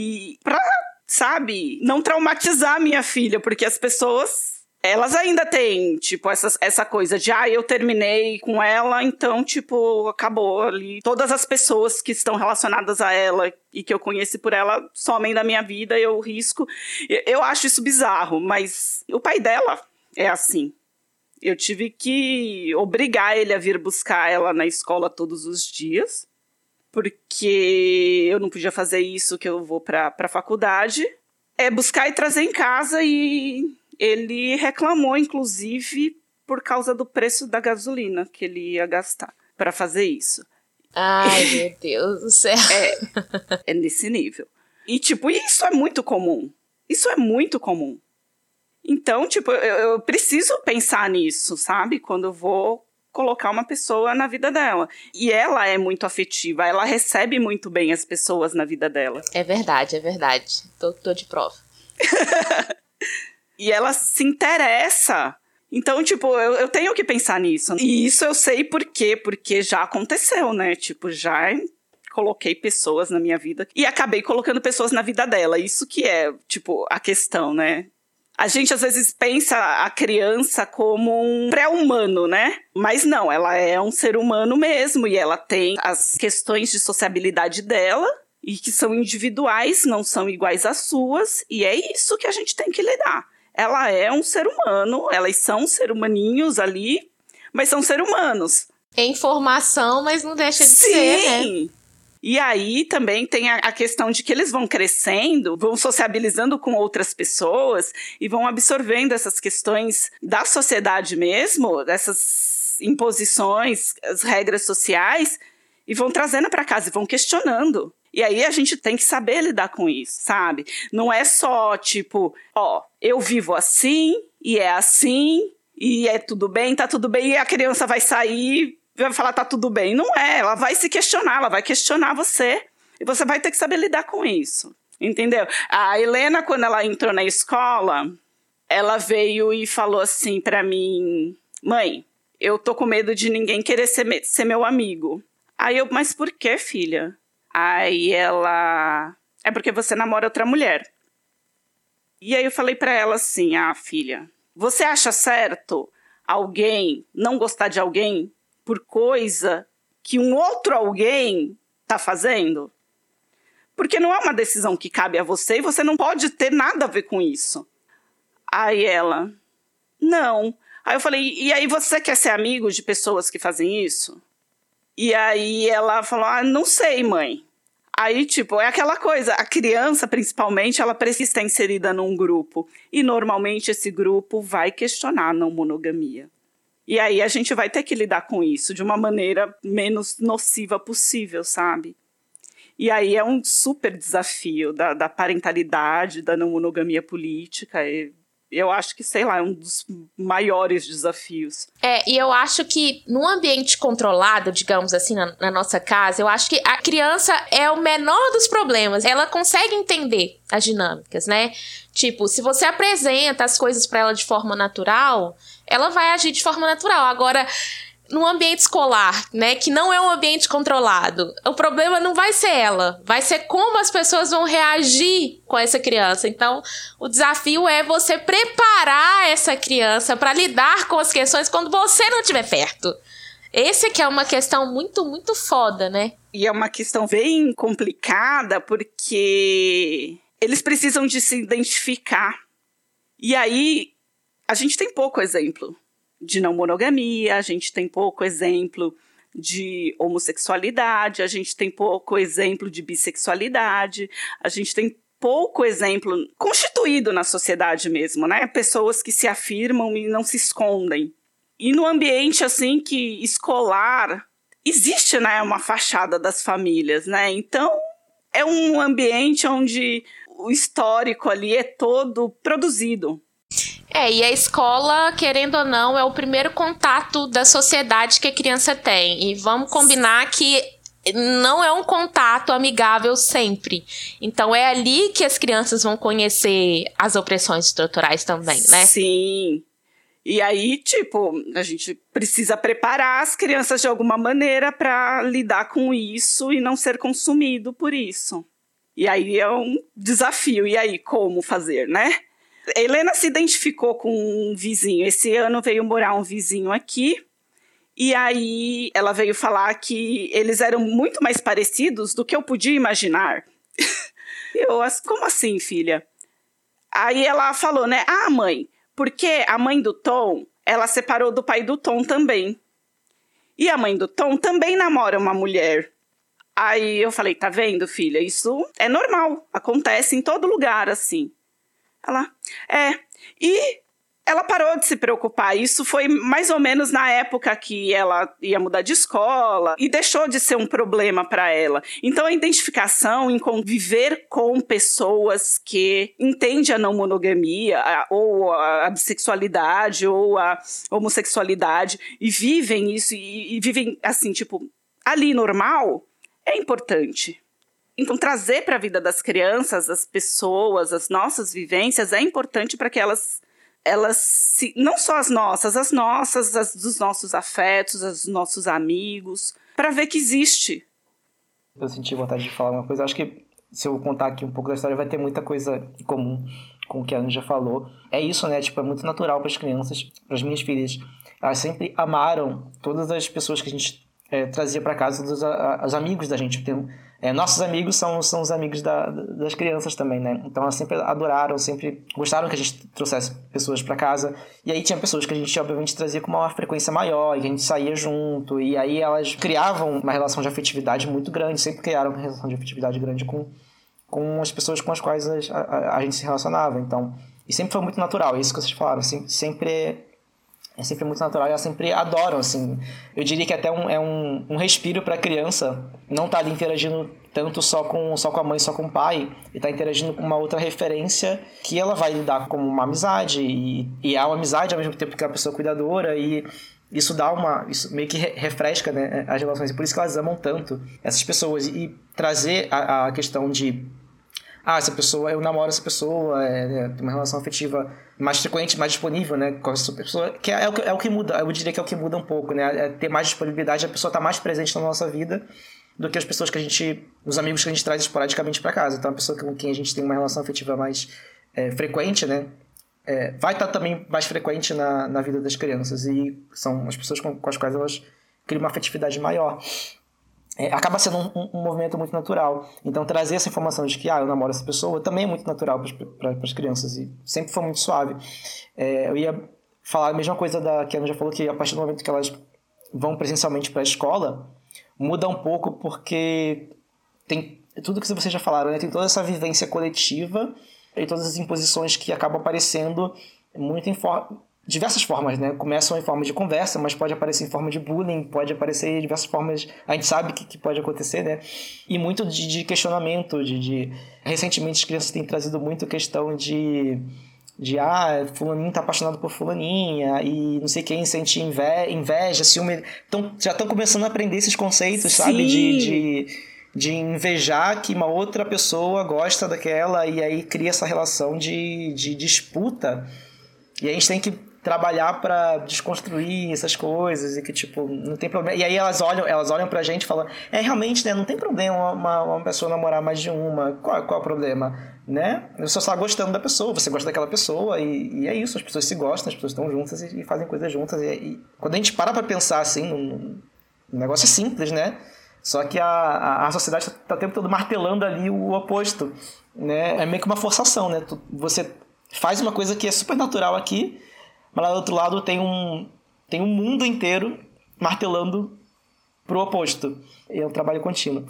E pra, sabe, não traumatizar minha filha, porque as pessoas, elas ainda têm, tipo, essa, essa coisa de, ah, eu terminei com ela, então, tipo, acabou ali. Todas as pessoas que estão relacionadas a ela e que eu conheci por ela somem da minha vida, eu risco. Eu acho isso bizarro, mas o pai dela é assim. Eu tive que obrigar ele a vir buscar ela na escola todos os dias, porque eu não podia fazer isso que eu vou pra, pra faculdade. É buscar e trazer em casa e, ele reclamou, inclusive, por causa do preço da gasolina que ele ia gastar para fazer isso. Ai, meu Deus do céu. É, é nesse nível. E, tipo, isso é muito comum. Isso é muito comum. Então, tipo, eu, eu preciso pensar nisso, sabe? Quando eu vou colocar uma pessoa na vida dela. E ela é muito afetiva, ela recebe muito bem as pessoas na vida dela. É verdade, é verdade. Tô, tô de prova. E ela se interessa. Então, tipo, eu, eu tenho que pensar nisso. E isso eu sei por quê, porque já aconteceu, né? Tipo, já coloquei pessoas na minha vida e acabei colocando pessoas na vida dela. Isso que é, tipo, a questão, né? A gente, às vezes, pensa a criança como um pré-humano, né? Mas não, ela é um ser humano mesmo. E ela tem as questões de sociabilidade dela e que são individuais, não são iguais às suas. E é isso que a gente tem que lidar. Ela é um ser humano, elas são ser humaninhos ali, mas são ser humanos. É informação, mas não deixa de Sim. ser, né? E aí também tem a, a questão de que eles vão crescendo, vão sociabilizando com outras pessoas e vão absorvendo essas questões da sociedade mesmo, dessas imposições, as regras sociais, e vão trazendo para casa e vão questionando. E aí a gente tem que saber lidar com isso, sabe? Não é só tipo, ó, eu vivo assim, e é assim, e é tudo bem, tá tudo bem, e a criança vai sair, vai falar tá tudo bem. Não é, ela vai se questionar, ela vai questionar você, e você vai ter que saber lidar com isso, entendeu? A Helena, quando ela entrou na escola, ela veio e falou assim pra mim, mãe, eu tô com medo de ninguém querer ser, me- ser meu amigo. Aí eu, mas por que, filha? Aí ela... É porque você namora outra mulher. E aí eu falei pra ela assim, ah, filha, você acha certo alguém não gostar de alguém por coisa que um outro alguém tá fazendo? Porque não é uma decisão que cabe a você e você não pode ter nada a ver com isso. Aí ela, não. Aí eu falei, e aí você quer ser amigo de pessoas que fazem isso? E aí ela falou, ah, não sei, mãe. Aí, tipo, é aquela coisa, a criança, principalmente, ela precisa estar inserida num grupo. E, normalmente, esse grupo vai questionar a não monogamia. E aí, a gente vai ter que lidar com isso de uma maneira menos nociva possível, sabe? E aí, é um super desafio da, da parentalidade, da não monogamia política. E eu acho que, sei lá, é um dos maiores desafios. É, e eu acho que num ambiente controlado, digamos assim, na, na nossa casa, eu acho que a criança é o menor dos problemas. Ela consegue entender as dinâmicas, né? Tipo, se você apresenta as coisas pra ela de forma natural, ela vai agir de forma natural. Agora, num ambiente escolar, né, que não é um ambiente controlado, o problema não vai ser ela, vai ser como as pessoas vão reagir com essa criança. Então, o desafio é você preparar essa criança para lidar com as questões quando você não estiver perto. Esse que é uma questão muito, muito foda, né? E é uma questão bem complicada porque eles precisam de se identificar. E aí, a gente tem pouco exemplo de não monogamia, a gente tem pouco exemplo de homossexualidade, a gente tem pouco exemplo de bissexualidade, a gente tem pouco exemplo constituído na sociedade mesmo, né? Pessoas que se afirmam e não se escondem. E no ambiente, assim, que escolar, existe, né, uma fachada das famílias, né? Então, é um ambiente onde o histórico ali é todo produzido. É, e a escola, querendo ou não, é o primeiro contato da sociedade que a criança tem. E vamos combinar que não é um contato amigável sempre. Então é ali que as crianças vão conhecer as opressões estruturais também, né? Sim. E aí, tipo, a gente precisa preparar as crianças de alguma maneira para lidar com isso e não ser consumido por isso. E aí é um desafio. E aí, como fazer, né? A Helena se identificou com um vizinho. Esse ano veio morar um vizinho aqui. E aí ela veio falar que eles eram muito mais parecidos do que eu podia imaginar. Eu, como assim, filha? Aí ela falou, né? Ah, mãe, porque a mãe do Tom, ela separou do pai do Tom também. E a mãe do Tom também namora uma mulher. Aí eu falei, tá vendo, filha? Isso é normal. Acontece em todo lugar, assim. Ela, é, e ela parou de se preocupar. Isso foi mais ou menos na época que ela ia mudar de escola e deixou de ser um problema para ela. Então, a identificação em conviver com pessoas que entendem a não monogamia, a, ou a bissexualidade, ou a homossexualidade, e vivem isso, e, e vivem assim, tipo, ali normal, é importante. Então, trazer para a vida das crianças, as pessoas, as nossas vivências, é importante para que elas, elas se, não só as nossas, as nossas, as dos nossos afetos, as dos nossos amigos, para ver que existe. Eu senti vontade de falar uma coisa. Acho que se eu contar aqui um pouco da história, vai ter muita coisa em comum com o que a Anja falou. É isso, né? Tipo, é muito natural para as crianças, para as minhas filhas. Elas sempre amaram todas as pessoas que a gente é, trazia para casa, todos a, os amigos da gente. Tem, É, nossos amigos são, são os amigos da, das crianças também, né? Então elas sempre adoraram, sempre gostaram que a gente trouxesse pessoas para casa. E aí tinha pessoas que a gente, obviamente, trazia com uma frequência maior, e a gente saía junto. E aí elas criavam uma relação de afetividade muito grande, sempre criaram uma relação de afetividade grande com, com as pessoas com as quais a, a, a gente se relacionava. Então, e sempre foi muito natural, é isso que vocês falaram. Sempre, sempre é sempre muito natural e elas sempre adoram, assim. Eu diria que até um, é um, um respiro para a criança não estar tá ali interagindo tanto só com, só com a mãe, só com o pai, e tá interagindo com uma outra referência que ela vai lidar como uma amizade, e, e é uma amizade ao mesmo tempo que é uma pessoa cuidadora, e isso dá uma... isso meio que refresca, né, as relações, e por isso que elas amam tanto essas pessoas. E, e trazer a, a questão de ah, essa pessoa, eu namoro essa pessoa, é, tem uma relação afetiva mais frequente, mais disponível, né, com essa pessoa, que é, é, o que, é o que muda, eu diria que é o que muda um pouco, né, é ter mais disponibilidade, a pessoa tá mais presente na nossa vida do que as pessoas que a gente, os amigos que a gente traz esporadicamente para casa. Então, a pessoa com quem a gente tem uma relação afetiva mais é, frequente, né, é, vai estar tá também mais frequente na, na vida das crianças, e são as pessoas com, com as quais elas criam uma afetividade maior. É, acaba sendo um, um, um movimento muito natural. Então, trazer essa informação de que ah, eu namoro essa pessoa também é muito natural para as crianças, e sempre foi muito suave. É, eu ia falar a mesma coisa da que a Ana já falou, que a partir do momento que elas vão presencialmente para a escola, muda um pouco, porque tem tudo que vocês já falaram, né? Tem toda essa vivência coletiva e todas as imposições que acabam aparecendo muito em for- diversas formas, né? Começam em forma de conversa, mas pode aparecer em forma de bullying, pode aparecer de diversas formas, a gente sabe que, que pode acontecer, né? E muito de, de questionamento, de, de... Recentemente as crianças têm trazido muito questão de... de ah, fulaninho tá apaixonado por fulaninha, e não sei quem sente inveja, inveja ciúme. Então, já estão começando a aprender esses conceitos, Sim. sabe? De, de, de invejar que uma outra pessoa gosta daquela, e aí cria essa relação de, de disputa. E a gente tem que trabalhar para desconstruir essas coisas, e que, tipo, não tem problema. E aí elas olham, elas olham pra gente e falam, é, realmente, né, não tem problema uma, uma pessoa namorar mais de uma. Qual, qual é o problema? Né? Você só está gostando da pessoa, você gosta daquela pessoa, e, e é isso, as pessoas se gostam, as pessoas estão juntas e, e fazem coisas juntas. E, e quando a gente para pra pensar assim, um, um negócio é simples, né? Só que a, a, a sociedade está o tempo todo martelando ali o oposto, né? É meio que uma forçação, né? Tu, você faz uma coisa que é super natural aqui, mas lá do outro lado tem um, tem um mundo inteiro martelando pro oposto. E é um trabalho contínuo.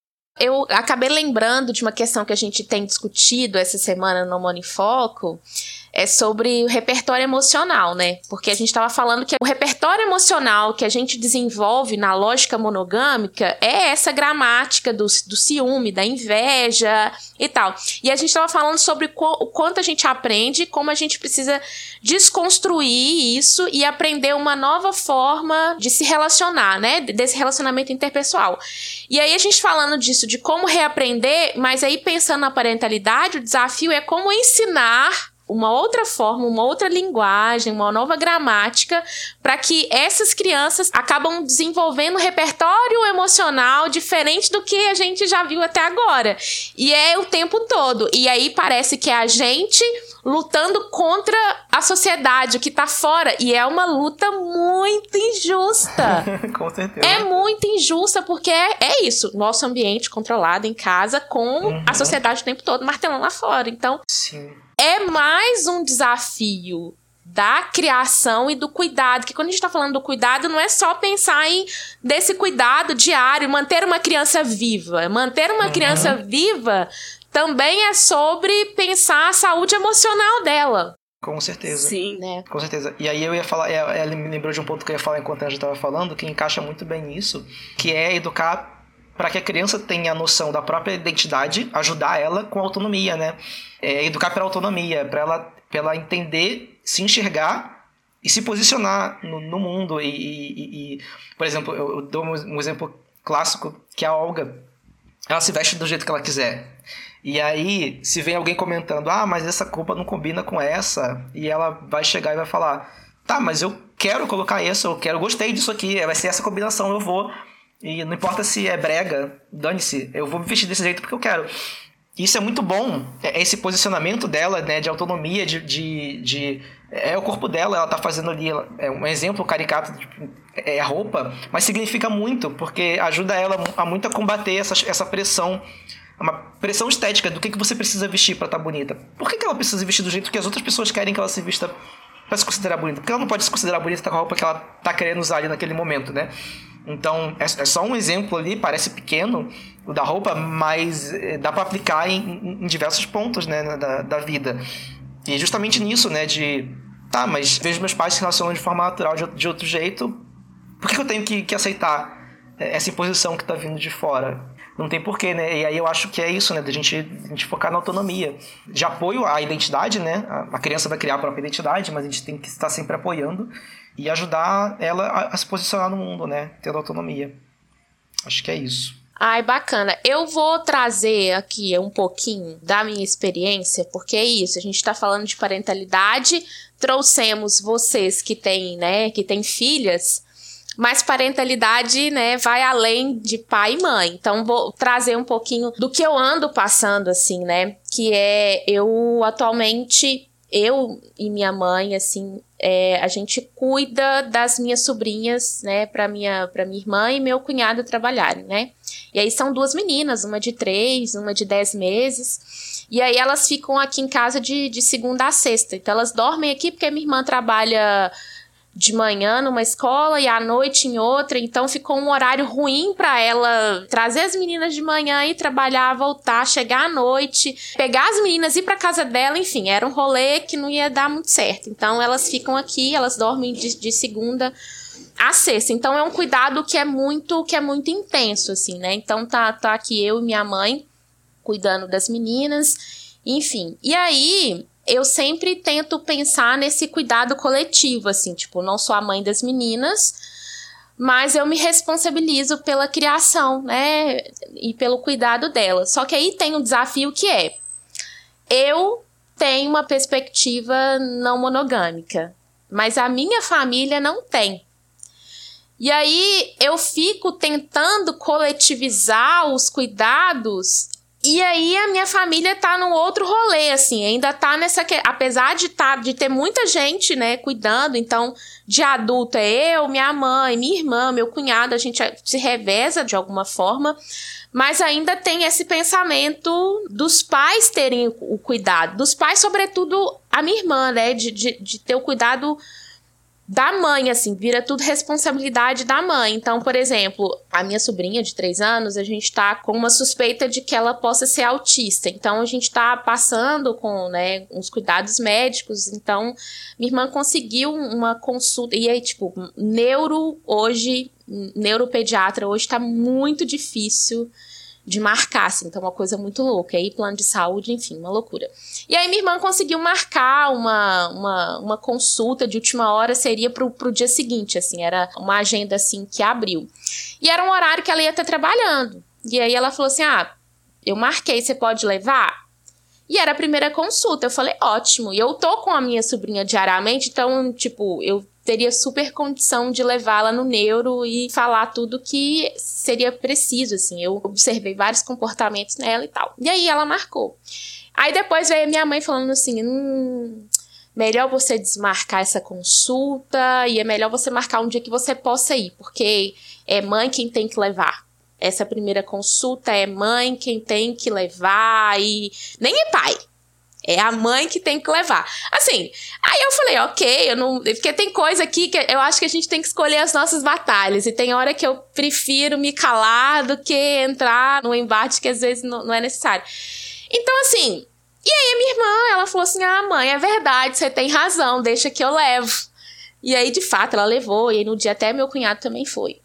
Eu acabei lembrando de uma questão que a gente tem discutido essa semana no Mono em Foco, é sobre o repertório emocional, né? Porque a gente estava falando que o repertório emocional que a gente desenvolve na lógica monogâmica é essa gramática do, do ciúme, da inveja e tal. E a gente estava falando sobre co- o quanto a gente aprende, como a gente precisa desconstruir isso e aprender uma nova forma de se relacionar, né? Desse relacionamento interpessoal. E aí a gente falando disso, de como reaprender, mas aí pensando na parentalidade, o desafio é como ensinar uma outra forma, uma outra linguagem, uma nova gramática, para que essas crianças acabam desenvolvendo um repertório emocional diferente do que a gente já viu até agora. E é o tempo todo. E aí parece que é a gente lutando contra a sociedade, o que tá fora. E é uma luta muito injusta. Com certeza. É muito injusta, porque é, é isso. Nosso ambiente controlado em casa com uhum. a sociedade o tempo todo martelando lá fora. Então, sim. É mais um desafio da criação e do cuidado, que quando a gente tá falando do cuidado, não é só pensar em desse cuidado diário, manter uma criança viva. Manter uma uhum. criança viva também é sobre pensar a saúde emocional dela. Com certeza. Sim. né? Com certeza. E aí eu ia falar, ela me lembrou de um ponto que eu ia falar enquanto a gente estava falando, que encaixa muito bem nisso, que é educar para que a criança tenha a noção da própria identidade, ajudar ela com autonomia, né? É, educar pela autonomia, para ela, pra ela entender, se enxergar e se posicionar no, no mundo. E, e, e, por exemplo, eu, eu dou um exemplo clássico, que é a Olga. Ela se veste do jeito que ela quiser. E aí, se vem alguém comentando, ah, mas essa roupa não combina com essa, e ela vai chegar e vai falar, tá, mas eu quero colocar isso, eu quero, gostei disso aqui, vai ser essa combinação, eu vou. E não importa se é brega, dane-se, eu vou me vestir desse jeito porque eu quero. Isso é muito bom, esse posicionamento dela, né, de autonomia, de, de, de... É o corpo dela, ela tá fazendo ali, é um exemplo caricato, tipo, é a roupa, mas significa muito, porque ajuda ela a muito a combater essa, essa pressão, uma pressão estética do que, que você precisa vestir pra estar bonita. Por que, que ela precisa vestir do jeito que as outras pessoas querem que ela se vista pra se considerar bonita? Porque ela não pode se considerar bonita com a roupa que ela tá querendo usar ali naquele momento, né? Então, é, é só um exemplo ali, parece pequeno, o da roupa, mas dá pra aplicar em, em diversos pontos, né, da, da vida. E justamente nisso, né, de... Tá, mas vejo meus pais se relacionam de forma natural, de, de outro jeito, por que, que eu tenho que, que aceitar essa imposição que tá vindo de fora? Não tem porquê, né? E aí eu acho que é isso, né? Da gente, a gente focar na autonomia. De apoio à identidade, né? A criança vai criar a própria identidade, mas a gente tem que estar sempre apoiando e ajudar ela a, a se posicionar no mundo, né? Tendo autonomia. Acho que é isso. Ai, bacana. Eu vou trazer aqui um pouquinho da minha experiência, porque é isso, a gente tá falando de parentalidade, trouxemos vocês que têm, né, que têm filhas, mas parentalidade, né, vai além de pai e mãe. Então, vou trazer um pouquinho do que eu ando passando, assim, né, que é, eu atualmente, eu e minha mãe, assim, é, a gente cuida das minhas sobrinhas, né, pra minha, pra minha irmã e meu cunhado trabalharem, né. E aí são duas meninas, uma de três, uma de dez meses. E aí elas ficam aqui em casa de, de segunda a sexta. Então elas dormem aqui porque minha irmã trabalha de manhã numa escola e à noite em outra. Então ficou um horário ruim para ela trazer as meninas de manhã e trabalhar, voltar, chegar à noite, pegar as meninas e ir para casa dela. Enfim, era um rolê que não ia dar muito certo. Então elas ficam aqui, elas dormem de, de segunda a sexta. Então é um cuidado que é muito, que é muito intenso, assim, né? Então tá, tá aqui eu e minha mãe cuidando das meninas, enfim. E aí eu sempre tento pensar nesse cuidado coletivo, assim, tipo, não sou a mãe das meninas, mas eu me responsabilizo pela criação, né? E pelo cuidado delas. Só que aí tem um desafio que é, eu tenho uma perspectiva não monogâmica, mas a minha família não tem. E aí eu fico tentando coletivizar os cuidados e aí a minha família tá num outro rolê, assim, ainda tá nessa... Que... Apesar de, tá, de ter muita gente, né, cuidando, então de adulto é eu, minha mãe, minha irmã, meu cunhado, a gente se reveza de alguma forma, mas ainda tem esse pensamento dos pais terem o cuidado, dos pais, sobretudo a minha irmã, né, de, de, de ter o cuidado da mãe, assim, vira tudo responsabilidade da mãe. Então, por exemplo, a minha sobrinha de três anos, a gente tá com uma suspeita de que ela possa ser autista. Então, a gente tá passando com, né, uns cuidados médicos. Então, minha irmã conseguiu uma consulta. E aí, tipo, neuro hoje, neuropediatra hoje tá muito difícil de marcar, assim, então é uma coisa muito louca. Aí, plano de saúde, enfim, uma loucura. E aí, minha irmã conseguiu marcar uma, uma, uma consulta de última hora, seria pro, pro dia seguinte, assim, era uma agenda, assim, que abriu. E era um horário que ela ia estar trabalhando. E aí, ela falou assim, ah, eu marquei, você pode levar? E era a primeira consulta. Eu falei, ótimo. E eu tô com a minha sobrinha diariamente, então, tipo, eu teria super condição de levá-la no neuro e falar tudo que seria preciso, assim. Eu observei vários comportamentos nela e tal. E aí ela marcou. Aí depois veio minha mãe falando assim, hum, melhor você desmarcar essa consulta e é melhor você marcar um dia que você possa ir, porque é mãe quem tem que levar. Essa primeira consulta é mãe quem tem que levar e nem é pai. É a mãe que tem que levar. Assim, aí eu falei, ok, eu não... Porque tem coisa aqui que eu acho que a gente tem que escolher as nossas batalhas. E tem hora que eu prefiro me calar do que entrar no embate que às vezes não, não é necessário. Então, assim, E aí a minha irmã, ela falou assim, ah, mãe, é verdade, você tem razão, deixa que eu levo. E aí, de fato, ela levou, e aí no dia até meu cunhado também foi.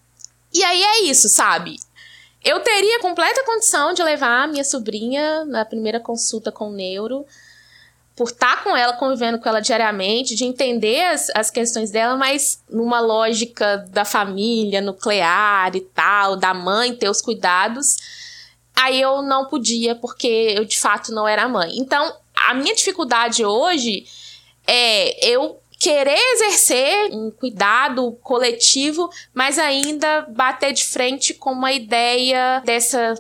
E aí é isso, sabe? Eu teria completa condição de levar a minha sobrinha na primeira consulta com o neuro, por estar com ela, convivendo com ela diariamente, de entender as, as questões dela, mas numa lógica da família nuclear e tal, da mãe ter os cuidados, aí eu não podia, porque eu de fato não era mãe. Então, a minha dificuldade hoje é eu querer exercer um cuidado coletivo, mas ainda bater de frente com uma ideia dessa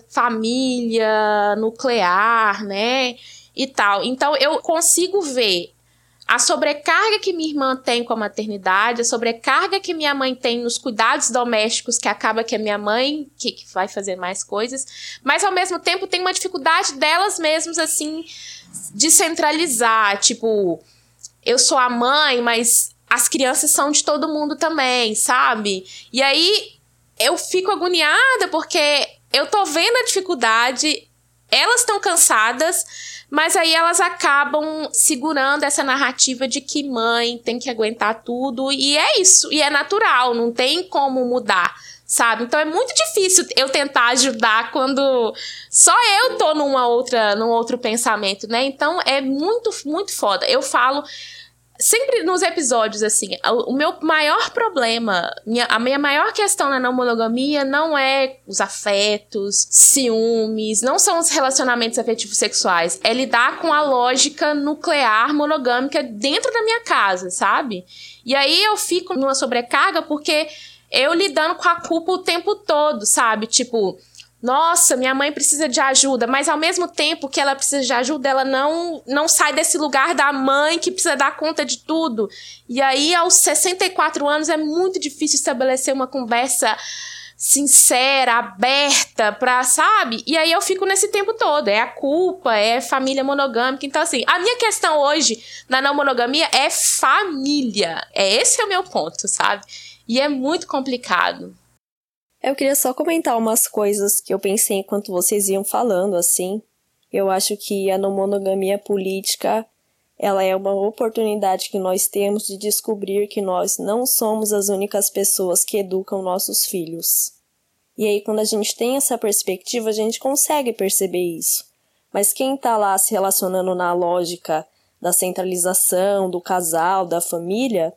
família nuclear, né? E tal. Então, eu consigo ver a sobrecarga que minha irmã tem com a maternidade, a sobrecarga que minha mãe tem nos cuidados domésticos, que acaba que é minha mãe que, que vai fazer mais coisas, mas, ao mesmo tempo, tem uma dificuldade delas mesmas, assim, de centralizar, tipo, eu sou a mãe, mas as crianças são de todo mundo também, sabe? E aí, eu fico agoniada, porque eu tô vendo a dificuldade, elas estão cansadas, mas aí elas acabam segurando essa narrativa de que mãe tem que aguentar tudo. E é isso. E é natural. Não tem como mudar, sabe? Então é muito difícil eu tentar ajudar quando só eu tô numa outra, num outro pensamento, né? Então é muito, muito foda. Eu falo sempre nos episódios, assim, o meu maior problema, minha, a minha maior questão na não monogamia não é os afetos, ciúmes, não são os relacionamentos afetivos sexuais, é lidar com a lógica nuclear monogâmica dentro da minha casa, sabe? E aí eu fico numa sobrecarga porque eu lidando com a culpa o tempo todo, sabe? Tipo, nossa, minha mãe precisa de ajuda, mas ao mesmo tempo que ela precisa de ajuda, ela não, não sai desse lugar da mãe que precisa dar conta de tudo. E aí, aos sessenta e quatro anos, é muito difícil estabelecer uma conversa sincera, aberta, pra, sabe? E aí eu fico nesse tempo todo, é a culpa, é família monogâmica. Então, assim, a minha questão hoje na não monogamia é família. É esse é o meu ponto, sabe? E é muito complicado. Eu queria só comentar umas coisas que eu pensei enquanto vocês iam falando, assim. Eu acho que a não monogamia política, ela é uma oportunidade que nós temos de descobrir que nós não somos as únicas pessoas que educam nossos filhos. E aí, quando a gente tem essa perspectiva, a gente consegue perceber isso. Mas quem tá lá se relacionando na lógica da centralização, do casal, da família,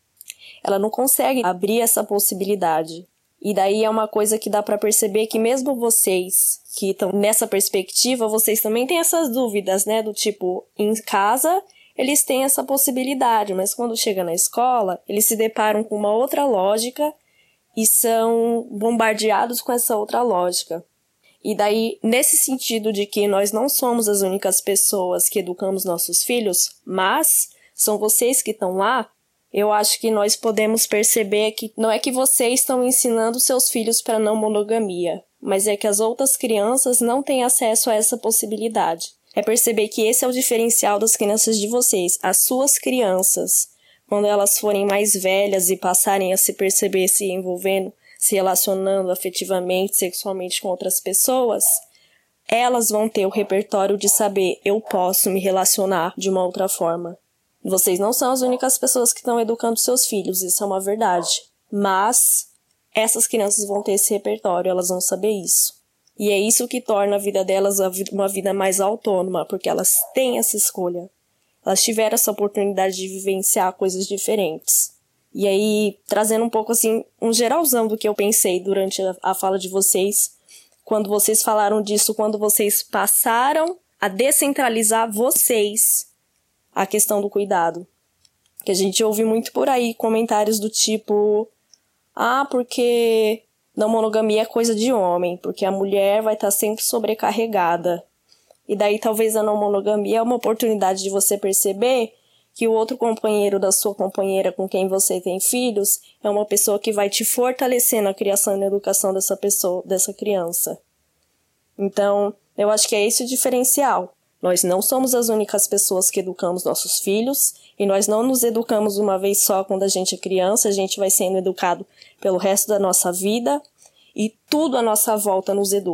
ela não consegue abrir essa possibilidade. E daí é uma coisa que dá pra perceber que mesmo vocês que estão nessa perspectiva, vocês também têm essas dúvidas, né? Do tipo, em casa eles têm essa possibilidade, mas quando chega na escola, eles se deparam com uma outra lógica e são bombardeados com essa outra lógica. E daí, nesse sentido de que nós não somos as únicas pessoas que educamos nossos filhos, mas são vocês que estão lá, eu acho que nós podemos perceber que não é que vocês estão ensinando seus filhos para não monogamia, mas é que as outras crianças não têm acesso a essa possibilidade. É perceber que esse é o diferencial das crianças de vocês. As suas crianças, quando elas forem mais velhas e passarem a se perceber se envolvendo, se relacionando afetivamente, sexualmente com outras pessoas, elas vão ter o repertório de saber, eu posso me relacionar de uma outra forma. Vocês não são as únicas pessoas que estão educando seus filhos, isso é uma verdade. Mas essas crianças vão ter esse repertório, elas vão saber isso. E é isso que torna a vida delas uma vida mais autônoma, porque elas têm essa escolha. Elas tiveram essa oportunidade de vivenciar coisas diferentes. E aí, trazendo um pouco assim, um geralzão do que eu pensei durante a, a fala de vocês, quando vocês falaram disso, quando vocês passaram a descentralizar vocês a questão do cuidado. Que a gente ouve muito por aí comentários do tipo, ah, porque não monogamia é coisa de homem, porque a mulher vai estar sempre sobrecarregada. E daí talvez a não monogamia é uma oportunidade de você perceber que o outro companheiro da sua companheira com quem você tem filhos é uma pessoa que vai te fortalecer na criação e na educação dessa pessoa, dessa criança. Então, eu acho que é esse o diferencial. Nós não somos as únicas pessoas que educamos nossos filhos e nós não nos educamos uma vez só quando a gente é criança, a gente vai sendo educado pelo resto da nossa vida e tudo à nossa volta nos educa.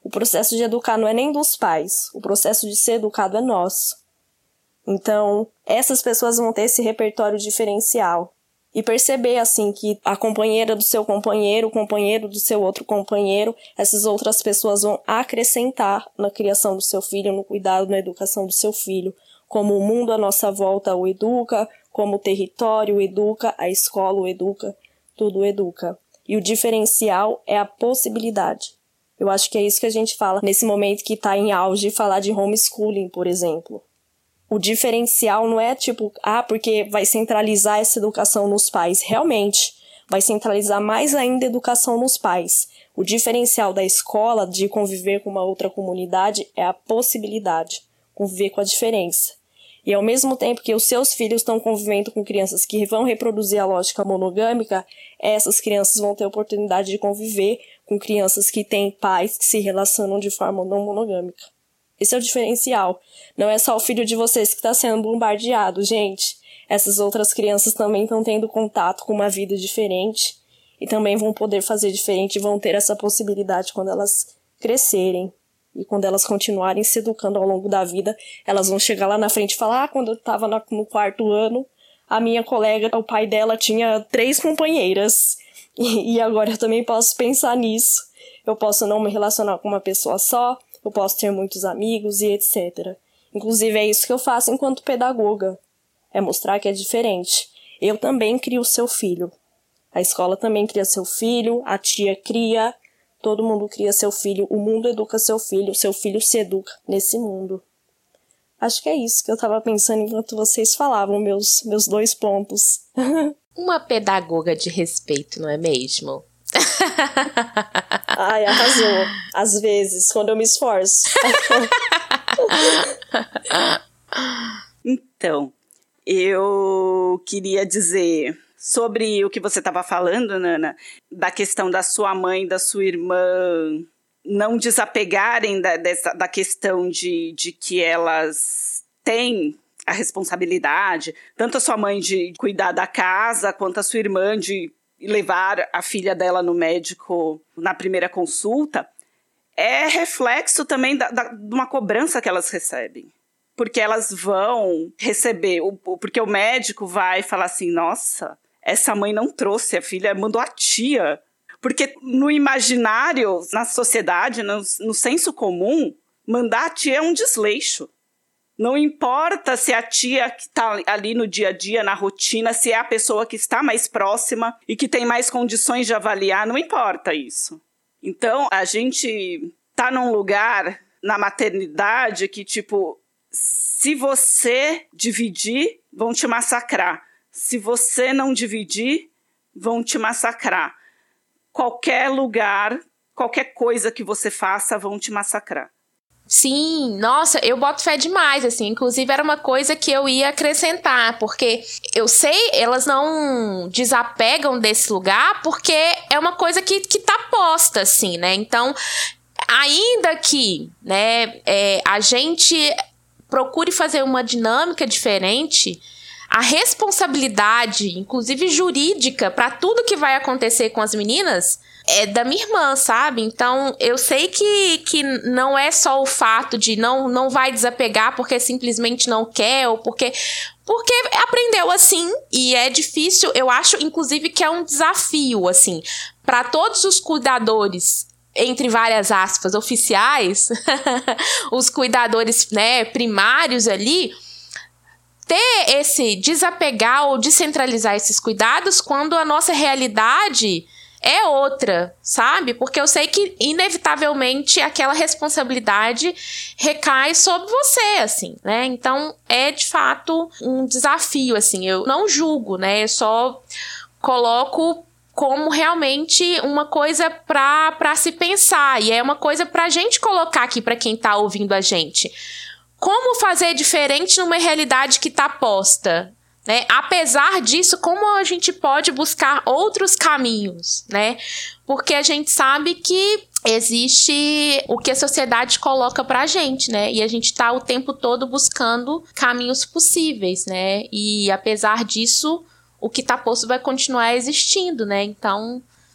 O processo de educar não é nem dos pais, o processo de ser educado é nosso. Então, essas pessoas vão ter esse repertório diferencial. E perceber, assim, que a companheira do seu companheiro, o companheiro do seu outro companheiro, essas outras pessoas vão acrescentar na criação do seu filho, no cuidado, na educação do seu filho. Como o mundo à nossa volta o educa, como o território o educa, a escola o educa, tudo o educa. E o diferencial é a possibilidade. Eu acho que é isso que a gente fala nesse momento que está em auge, falar de homeschooling, por exemplo. O diferencial não é tipo, ah, porque vai centralizar essa educação nos pais. Realmente, vai centralizar mais ainda a educação nos pais. O diferencial da escola de conviver com uma outra comunidade é a possibilidade, conviver com a diferença. E ao mesmo tempo que os seus filhos estão convivendo com crianças que vão reproduzir a lógica monogâmica, essas crianças vão ter a oportunidade de conviver com crianças que têm pais que se relacionam de forma não monogâmica. Esse é o diferencial. Não é só o filho de vocês que está sendo bombardeado, gente. Essas outras crianças também estão tendo contato com uma vida diferente e também vão poder fazer diferente e vão ter essa possibilidade quando elas crescerem. E quando elas continuarem se educando ao longo da vida, elas vão chegar lá na frente e falar, ah, quando eu estava no quarto ano, a minha colega, o pai dela tinha três companheiras. E, e agora eu também posso pensar nisso. Eu posso não me relacionar com uma pessoa só, eu posso ter muitos amigos e etcétera. Inclusive, é isso que eu faço enquanto pedagoga. É mostrar que é diferente. Eu também crio o seu filho. A escola também cria seu filho, a tia cria, todo mundo cria seu filho, o mundo educa seu filho, o seu filho se educa nesse mundo. Acho que é isso que eu estava pensando enquanto vocês falavam, meus, meus dois pontos. Uma pedagoga de respeito, não é mesmo? Ai, arrasou. Às vezes, quando eu me esforço. Então, eu queria dizer sobre o que você estava falando, Nana, da questão da sua mãe e da sua irmã não desapegarem da, dessa, da questão de, de que elas têm a responsabilidade, tanto a sua mãe de cuidar da casa, quanto a sua irmã de levar a filha dela no médico na primeira consulta, é reflexo também da, da, de uma cobrança que elas recebem. Porque elas vão receber, o, porque o médico vai falar assim, nossa, essa mãe não trouxe a filha, mandou a tia. Porque no imaginário, na sociedade, no, no senso comum, mandar a tia é um desleixo. Não importa se a tia que está ali no dia a dia, na rotina, se é a pessoa que está mais próxima e que tem mais condições de avaliar, não importa isso. Então, a gente tá num lugar na maternidade que, tipo, se você dividir, vão te massacrar. Se você não dividir, vão te massacrar. Qualquer lugar, qualquer coisa que você faça, vão te massacrar. Sim, nossa, eu boto fé demais, assim, inclusive era uma coisa que eu ia acrescentar, porque eu sei, elas não desapegam desse lugar, porque é uma coisa que, que tá posta, assim, né, então, ainda que, né, é, a gente procure fazer uma dinâmica diferente, a responsabilidade, inclusive jurídica, para tudo que vai acontecer com as meninas é da minha irmã, sabe? Então, eu sei que, que não é só o fato de não, não vai desapegar porque simplesmente não quer ou porque, porque aprendeu assim e é difícil. Eu acho, inclusive, que é um desafio, assim, para todos os cuidadores, entre várias aspas, oficiais, os cuidadores, né, primários ali, ter esse desapegar ou descentralizar esses cuidados quando a nossa realidade é outra, sabe? Porque eu sei que, inevitavelmente, aquela responsabilidade recai sobre você, assim, né? Então, é, de fato, um desafio, assim. Eu não julgo, né? Eu só coloco como realmente uma coisa pra, pra se pensar. E é uma coisa pra gente colocar aqui pra quem tá ouvindo a gente. Como fazer diferente numa realidade que tá posta? Né? Apesar disso, como a gente pode buscar outros caminhos, né? Porque a gente sabe que existe o que a sociedade coloca pra gente, né? E a gente tá o tempo todo buscando caminhos possíveis, né? E apesar disso, o que tá posto vai continuar existindo, né? Então,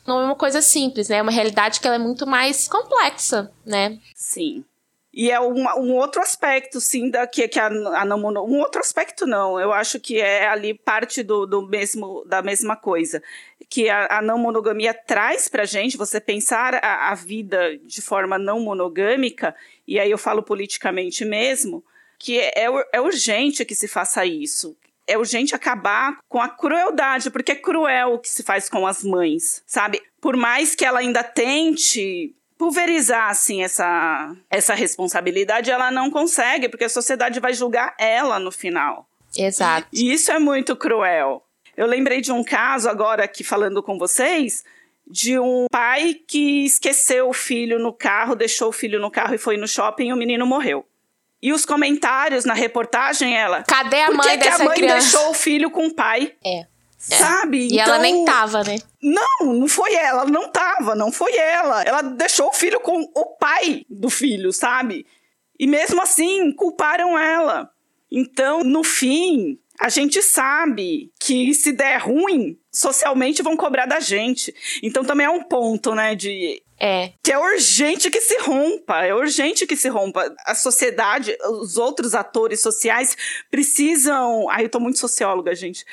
não é uma coisa simples, né? É uma realidade que ela é muito mais complexa, né? Sim. E é um, um outro aspecto, sim, da, que, que a, a não mono, um outro aspecto não, eu acho que é ali parte do, do mesmo, da mesma coisa, que a, a não monogamia traz pra gente, você pensar a, a vida de forma não monogâmica, e aí eu falo politicamente mesmo, que é, é urgente que se faça isso. É urgente acabar com a crueldade, porque é cruel o que se faz com as mães, sabe? Por mais que ela ainda tente pulverizar, assim, essa, essa responsabilidade, ela não consegue, porque a sociedade vai julgar ela no final. Exato. E isso é muito cruel. Eu lembrei de um caso agora aqui falando com vocês, de um pai que esqueceu o filho no carro, deixou o filho no carro e foi no shopping e o menino morreu. E os comentários na reportagem, ela... Cadê a Por que mãe que dessa a mãe criança? deixou o filho com o pai? É. Sabe? E então, ela nem tava, né? Não, não foi ela, ela não tava, não foi ela. Ela deixou o filho com o pai do filho, sabe? E mesmo assim, culparam ela. Então, no fim, a gente sabe que se der ruim, socialmente vão cobrar da gente. Então também é um ponto, né, de... É. Que é urgente que se rompa, é urgente que se rompa. A sociedade, os outros atores sociais precisam... Ai, eu tô muito socióloga, gente.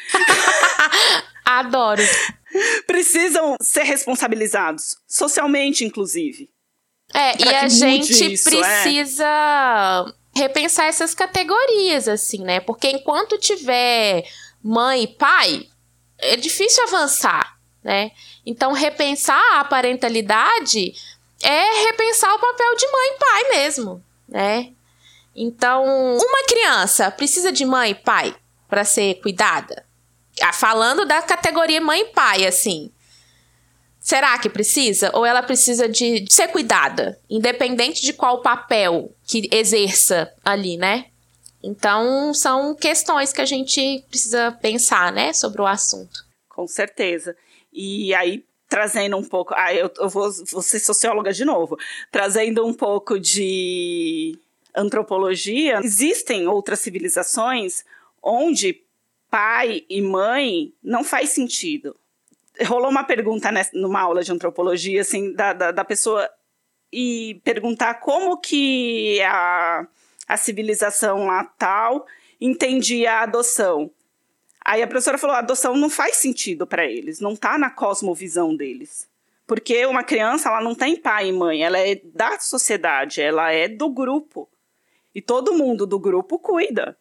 Adoro. Precisam ser responsabilizados, socialmente, inclusive. É, Pra e a que gente mude isso, precisa repensar essas categorias, assim, né? Porque enquanto tiver mãe e pai, é difícil avançar, né? Então, repensar a parentalidade é repensar o papel de mãe e pai mesmo, né? Então, uma criança precisa de mãe e pai para ser cuidada? Ah, falando da categoria mãe e pai, assim, será que precisa? Ou ela precisa de ser cuidada, independente de qual papel que exerça ali, né? Então, são questões que a gente precisa pensar, né, sobre o assunto. Com certeza. E aí, trazendo um pouco... Ah, eu, eu vou, vou ser socióloga de novo. Trazendo um pouco de antropologia, existem outras civilizações onde pai e mãe não faz sentido. Rolou uma pergunta nessa, numa aula de antropologia, assim, da, da, da pessoa e perguntar como que a, a civilização lá tal entendia a adoção. Aí a professora falou, a adoção não faz sentido para eles, não está na cosmovisão deles. Porque uma criança, ela não tem pai e mãe, ela é da sociedade, ela é do grupo. E todo mundo do grupo cuida.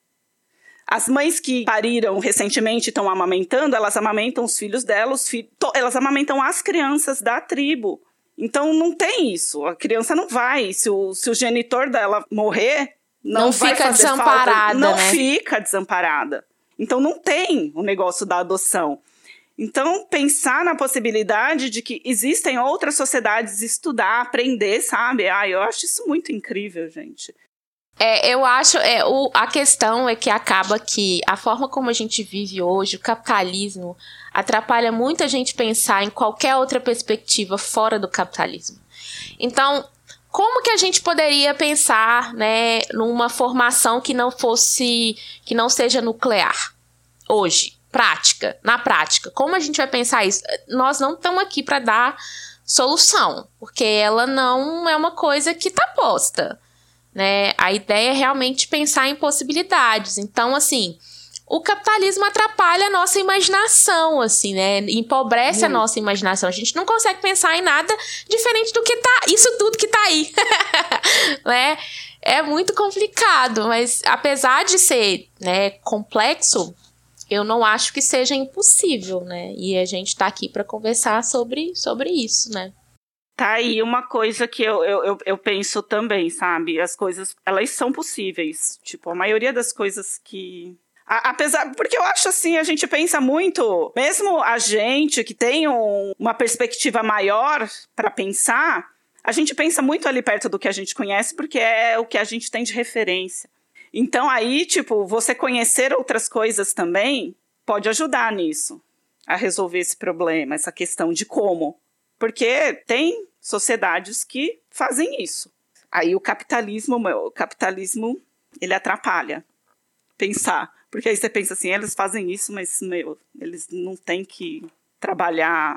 As mães que pariram recentemente e estão amamentando, elas amamentam os filhos delas, fi- to- elas amamentam as crianças da tribo. Então não tem isso, a criança não vai, se o, se o genitor dela morrer, não, Não vai fica fazer desamparada, falta, não né? fica desamparada. Então não tem o negócio da adoção. Então pensar na possibilidade de que existem outras sociedades, estudar, aprender, sabe? Ah, eu acho isso muito incrível, gente. É, eu acho, é, o, a questão é que acaba que a forma como a gente vive hoje, o capitalismo, atrapalha muito a gente pensar em qualquer outra perspectiva fora do capitalismo. Então, como que a gente poderia pensar, né, numa formação que não fosse, que não seja nuclear hoje, prática, na prática? Como a gente vai pensar isso? Nós não estamos aqui para dar solução, porque ela não é uma coisa que está posta. Né? A ideia é realmente pensar em possibilidades. Então, assim, o capitalismo atrapalha a nossa imaginação, assim, né? Empobrece Muito. a nossa imaginação. A gente não consegue pensar em nada diferente do que tá, isso tudo que tá aí. Né? É muito complicado, mas apesar de ser, né, complexo, eu não acho que seja impossível, né? E a gente tá aqui para conversar sobre, sobre isso, né? Tá aí uma coisa que eu, eu, eu, eu penso também, sabe? As coisas, elas são possíveis. Tipo, a maioria das coisas que... A, apesar... Porque eu acho assim, a gente pensa muito... Mesmo a gente que tem um, uma perspectiva maior para pensar, a gente pensa muito ali perto do que a gente conhece, porque é o que a gente tem de referência. Então aí, tipo, você conhecer outras coisas também pode ajudar nisso. A resolver esse problema, essa questão de como... Porque tem sociedades que fazem isso. Aí o capitalismo, o capitalismo, ele atrapalha pensar. Porque aí você pensa assim, eles fazem isso, mas, meu, eles não têm que trabalhar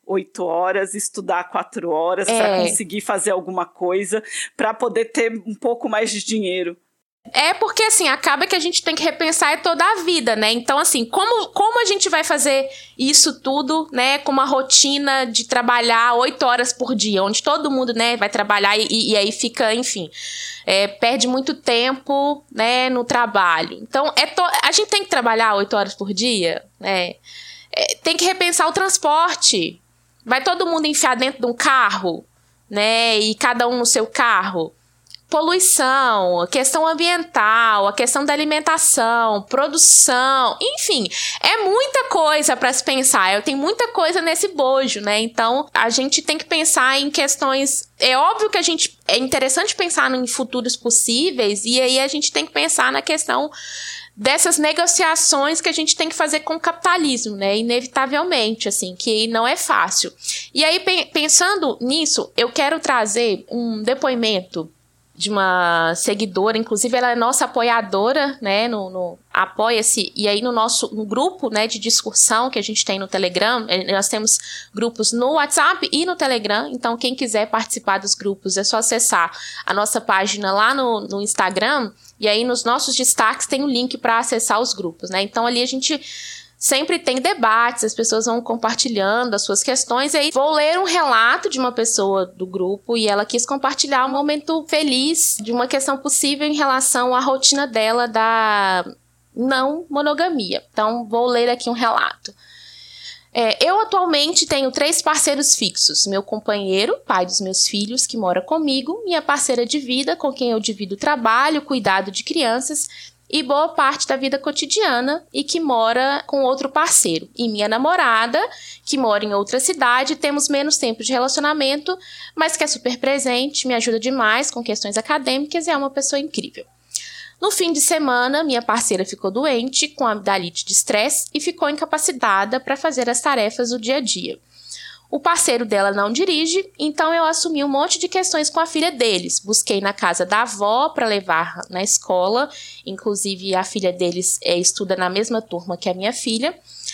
oito horas, estudar quatro horas É. para conseguir fazer alguma coisa, para poder ter um pouco mais de dinheiro. É porque, assim, acaba que a gente tem que repensar toda a vida, né? Então, assim, como, como a gente vai fazer isso tudo, né? Com uma rotina de trabalhar oito horas por dia, onde todo mundo, né, vai trabalhar e, e aí fica, enfim, é, perde muito tempo, né, no trabalho. Então, é to- a gente tem que trabalhar oito horas por dia, né? É, tem que repensar o transporte. Vai todo mundo enfiar dentro de um carro, né? E cada um no seu carro. Poluição, a questão ambiental, a questão da alimentação, produção, enfim, é muita coisa para se pensar. Eu tenho muita coisa nesse bojo, né? Então, a gente tem que pensar em questões. É óbvio que a gente é interessante pensar em futuros possíveis, e aí a gente tem que pensar na questão dessas negociações que a gente tem que fazer com o capitalismo, né? Inevitavelmente, assim, que não é fácil. E aí, pensando nisso, eu quero trazer um depoimento de uma seguidora, inclusive ela é nossa apoiadora, né, no, no Apoia-se, e aí no nosso no grupo, né, de discussão que a gente tem no Telegram, nós temos grupos no WhatsApp e no Telegram, então quem quiser participar dos grupos é só acessar a nossa página lá no, no Instagram, e aí nos nossos destaques tem o link para acessar os grupos, né, então ali a gente sempre tem debates, as pessoas vão compartilhando as suas questões. E aí vou ler um relato de uma pessoa do grupo e ela quis compartilhar um momento feliz de uma questão possível em relação à rotina dela da não monogamia. Então vou ler aqui um relato. É, eu atualmente tenho três parceiros fixos. Meu companheiro, pai dos meus filhos, que mora comigo, minha parceira de vida, com quem eu divido trabalho, cuidado de crianças e boa parte da vida cotidiana e que mora com outro parceiro. E minha namorada, que mora em outra cidade, temos menos tempo de relacionamento, mas que é super presente, me ajuda demais com questões acadêmicas e é uma pessoa incrível. No fim de semana, minha parceira ficou doente com amidalite de estresse e ficou incapacitada para fazer as tarefas do dia a dia. O parceiro dela não dirige, então eu assumi um monte de questões com a filha deles. Busquei na casa da avó para levar na escola, inclusive a filha deles é, estuda na mesma turma que a minha filha.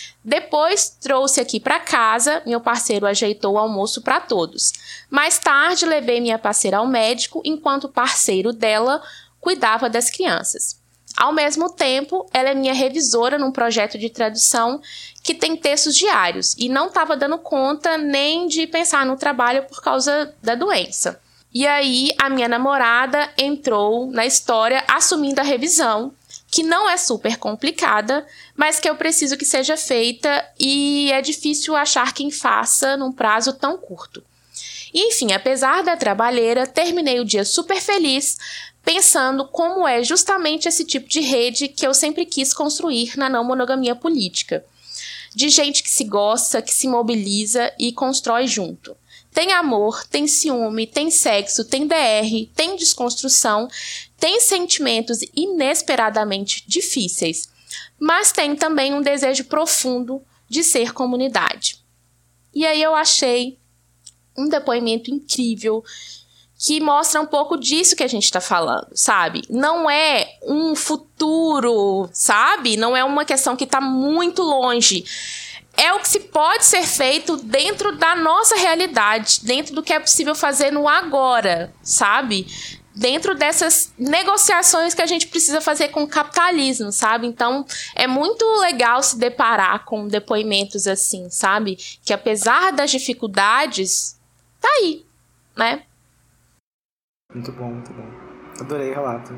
Depois trouxe aqui para casa, meu parceiro ajeitou o almoço para todos. Mais tarde levei minha parceira ao médico, enquanto o parceiro dela cuidava das crianças. Ao mesmo tempo, ela é minha revisora num projeto de tradução que tem textos diários e não estava dando conta nem de pensar no trabalho por causa da doença. E aí, a minha namorada entrou na história assumindo a revisão, que não é super complicada, mas que eu preciso que seja feita e é difícil achar quem faça num prazo tão curto. Enfim, apesar da trabalheira, terminei o dia super feliz, pensando como é justamente esse tipo de rede que eu sempre quis construir na não monogamia política. De gente que se gosta, que se mobiliza e constrói junto. Tem amor, tem ciúme, tem sexo, tem D R, tem desconstrução, tem sentimentos inesperadamente difíceis, mas tem também um desejo profundo de ser comunidade. E aí eu achei um depoimento incrível que mostra um pouco disso que a gente está falando, sabe? Não é um futuro, sabe? Não é uma questão que está muito longe. É o que se pode ser feito dentro da nossa realidade, dentro do que é possível fazer no agora, sabe? Dentro dessas negociações que a gente precisa fazer com o capitalismo, sabe? Então, é muito legal se deparar com depoimentos assim, sabe? Que apesar das dificuldades, tá aí, né? Muito bom, muito bom. Adorei o relato.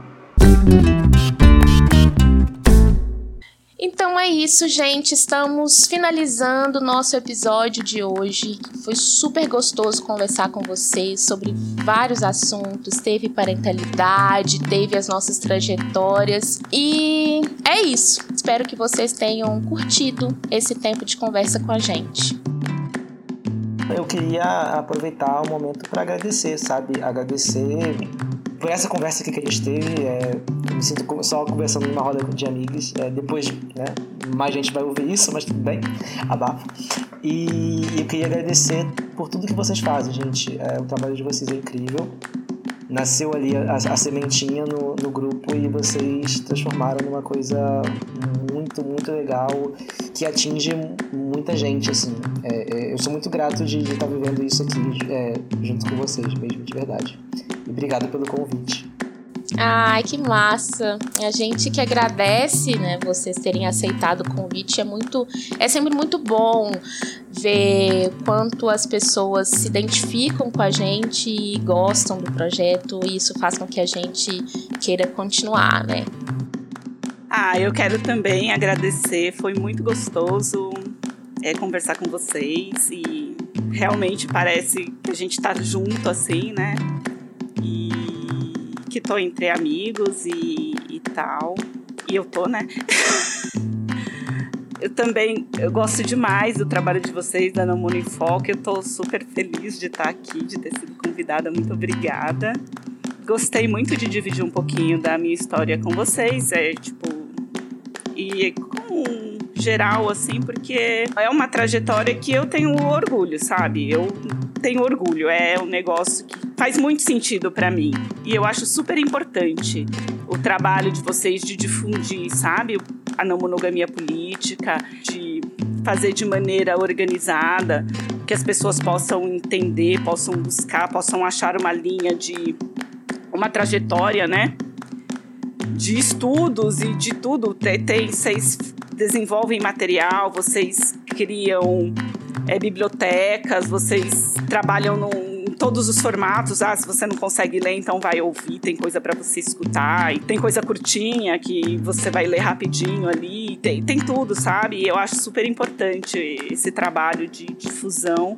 Então é isso, gente. Estamos finalizando o nosso episódio de hoje. Foi super gostoso conversar com vocês sobre vários assuntos. Teve parentalidade, teve as nossas trajetórias. E é isso. Espero que vocês tenham curtido esse tempo de conversa com a gente. Eu queria aproveitar o momento para agradecer, sabe? Agradecer por essa conversa aqui que a gente teve. É, eu me sinto só conversando numa roda de amigos. É, depois, né, mais gente vai ouvir isso, mas tudo bem, abafa. E eu queria agradecer por tudo que vocês fazem, gente. É, o trabalho de vocês é incrível. Nasceu ali a, a sementinha no, no grupo e vocês transformaram numa coisa muito muito, muito legal, que atinge muita gente, assim. É, é, eu sou muito grato de estar vivendo isso aqui é, junto com vocês mesmo, de verdade. E obrigado pelo convite. Ai, que massa! A gente que agradece, né, vocês terem aceitado o convite. É muito, é sempre muito bom ver quanto as pessoas se identificam com a gente e gostam do projeto, e isso faz com que a gente queira continuar, né? Ah, eu quero também agradecer, foi muito gostoso é, conversar com vocês e realmente parece que a gente tá junto assim, né? E que tô entre amigos e, e tal. E eu tô, né? Eu também, eu gosto demais do trabalho de vocês, da Não Mono em Foco. Eu tô super feliz de estar aqui, de ter sido convidada. Muito obrigada. Gostei muito de dividir um pouquinho da minha história com vocês. É, tipo, e com geral, assim, porque é uma trajetória que eu tenho orgulho, sabe? Eu tenho orgulho. É um negócio que faz muito sentido pra mim. E eu acho super importante o trabalho de vocês de difundir, sabe? A não monogamia política, de fazer de maneira organizada, que as pessoas possam entender, possam buscar, possam achar uma linha de... uma trajetória, né? De estudos e de tudo. Tem, tem, vocês desenvolvem material, vocês criam é, bibliotecas, vocês trabalham num, em todos os formatos. Ah, se você não consegue ler, então vai ouvir, tem coisa para você escutar. E tem coisa curtinha que você vai ler rapidinho ali. Tem, tem tudo, sabe? E eu acho super importante esse trabalho de difusão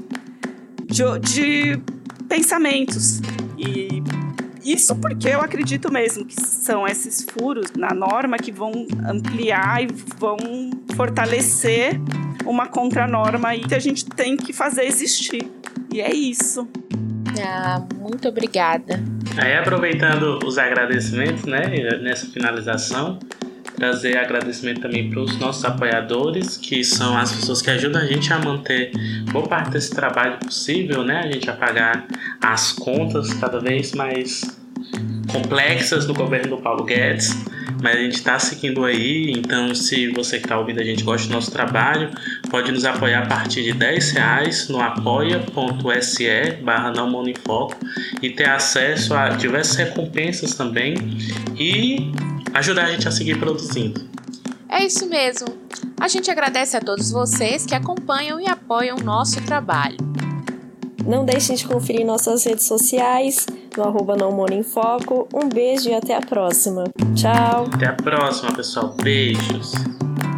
de, de pensamentos. E isso porque eu acredito mesmo que são esses furos na norma que vão ampliar e vão fortalecer uma contranorma aí que a gente tem que fazer existir. E é isso. Ah, muito obrigada. Aí, aproveitando os agradecimentos, né, nessa finalização, trazer agradecimento também para os nossos apoiadores, que são as pessoas que ajudam a gente a manter boa parte desse trabalho possível, né? A gente a pagar as contas cada vez mais complexas do governo do Paulo Guedes, mas a gente está seguindo aí. Então, se você que está ouvindo a gente gosta do nosso trabalho, pode nos apoiar a partir de dez reais no apoia.se barra não mono em foco e ter acesso a diversas recompensas também e ajudar a gente a seguir produzindo. É isso mesmo. A gente agradece a todos vocês que acompanham e apoiam o nosso trabalho. Não deixem de conferir nossas redes sociais, no arroba Não Mono em Foco. Um beijo e até a próxima. Tchau! Até a próxima, pessoal. Beijos!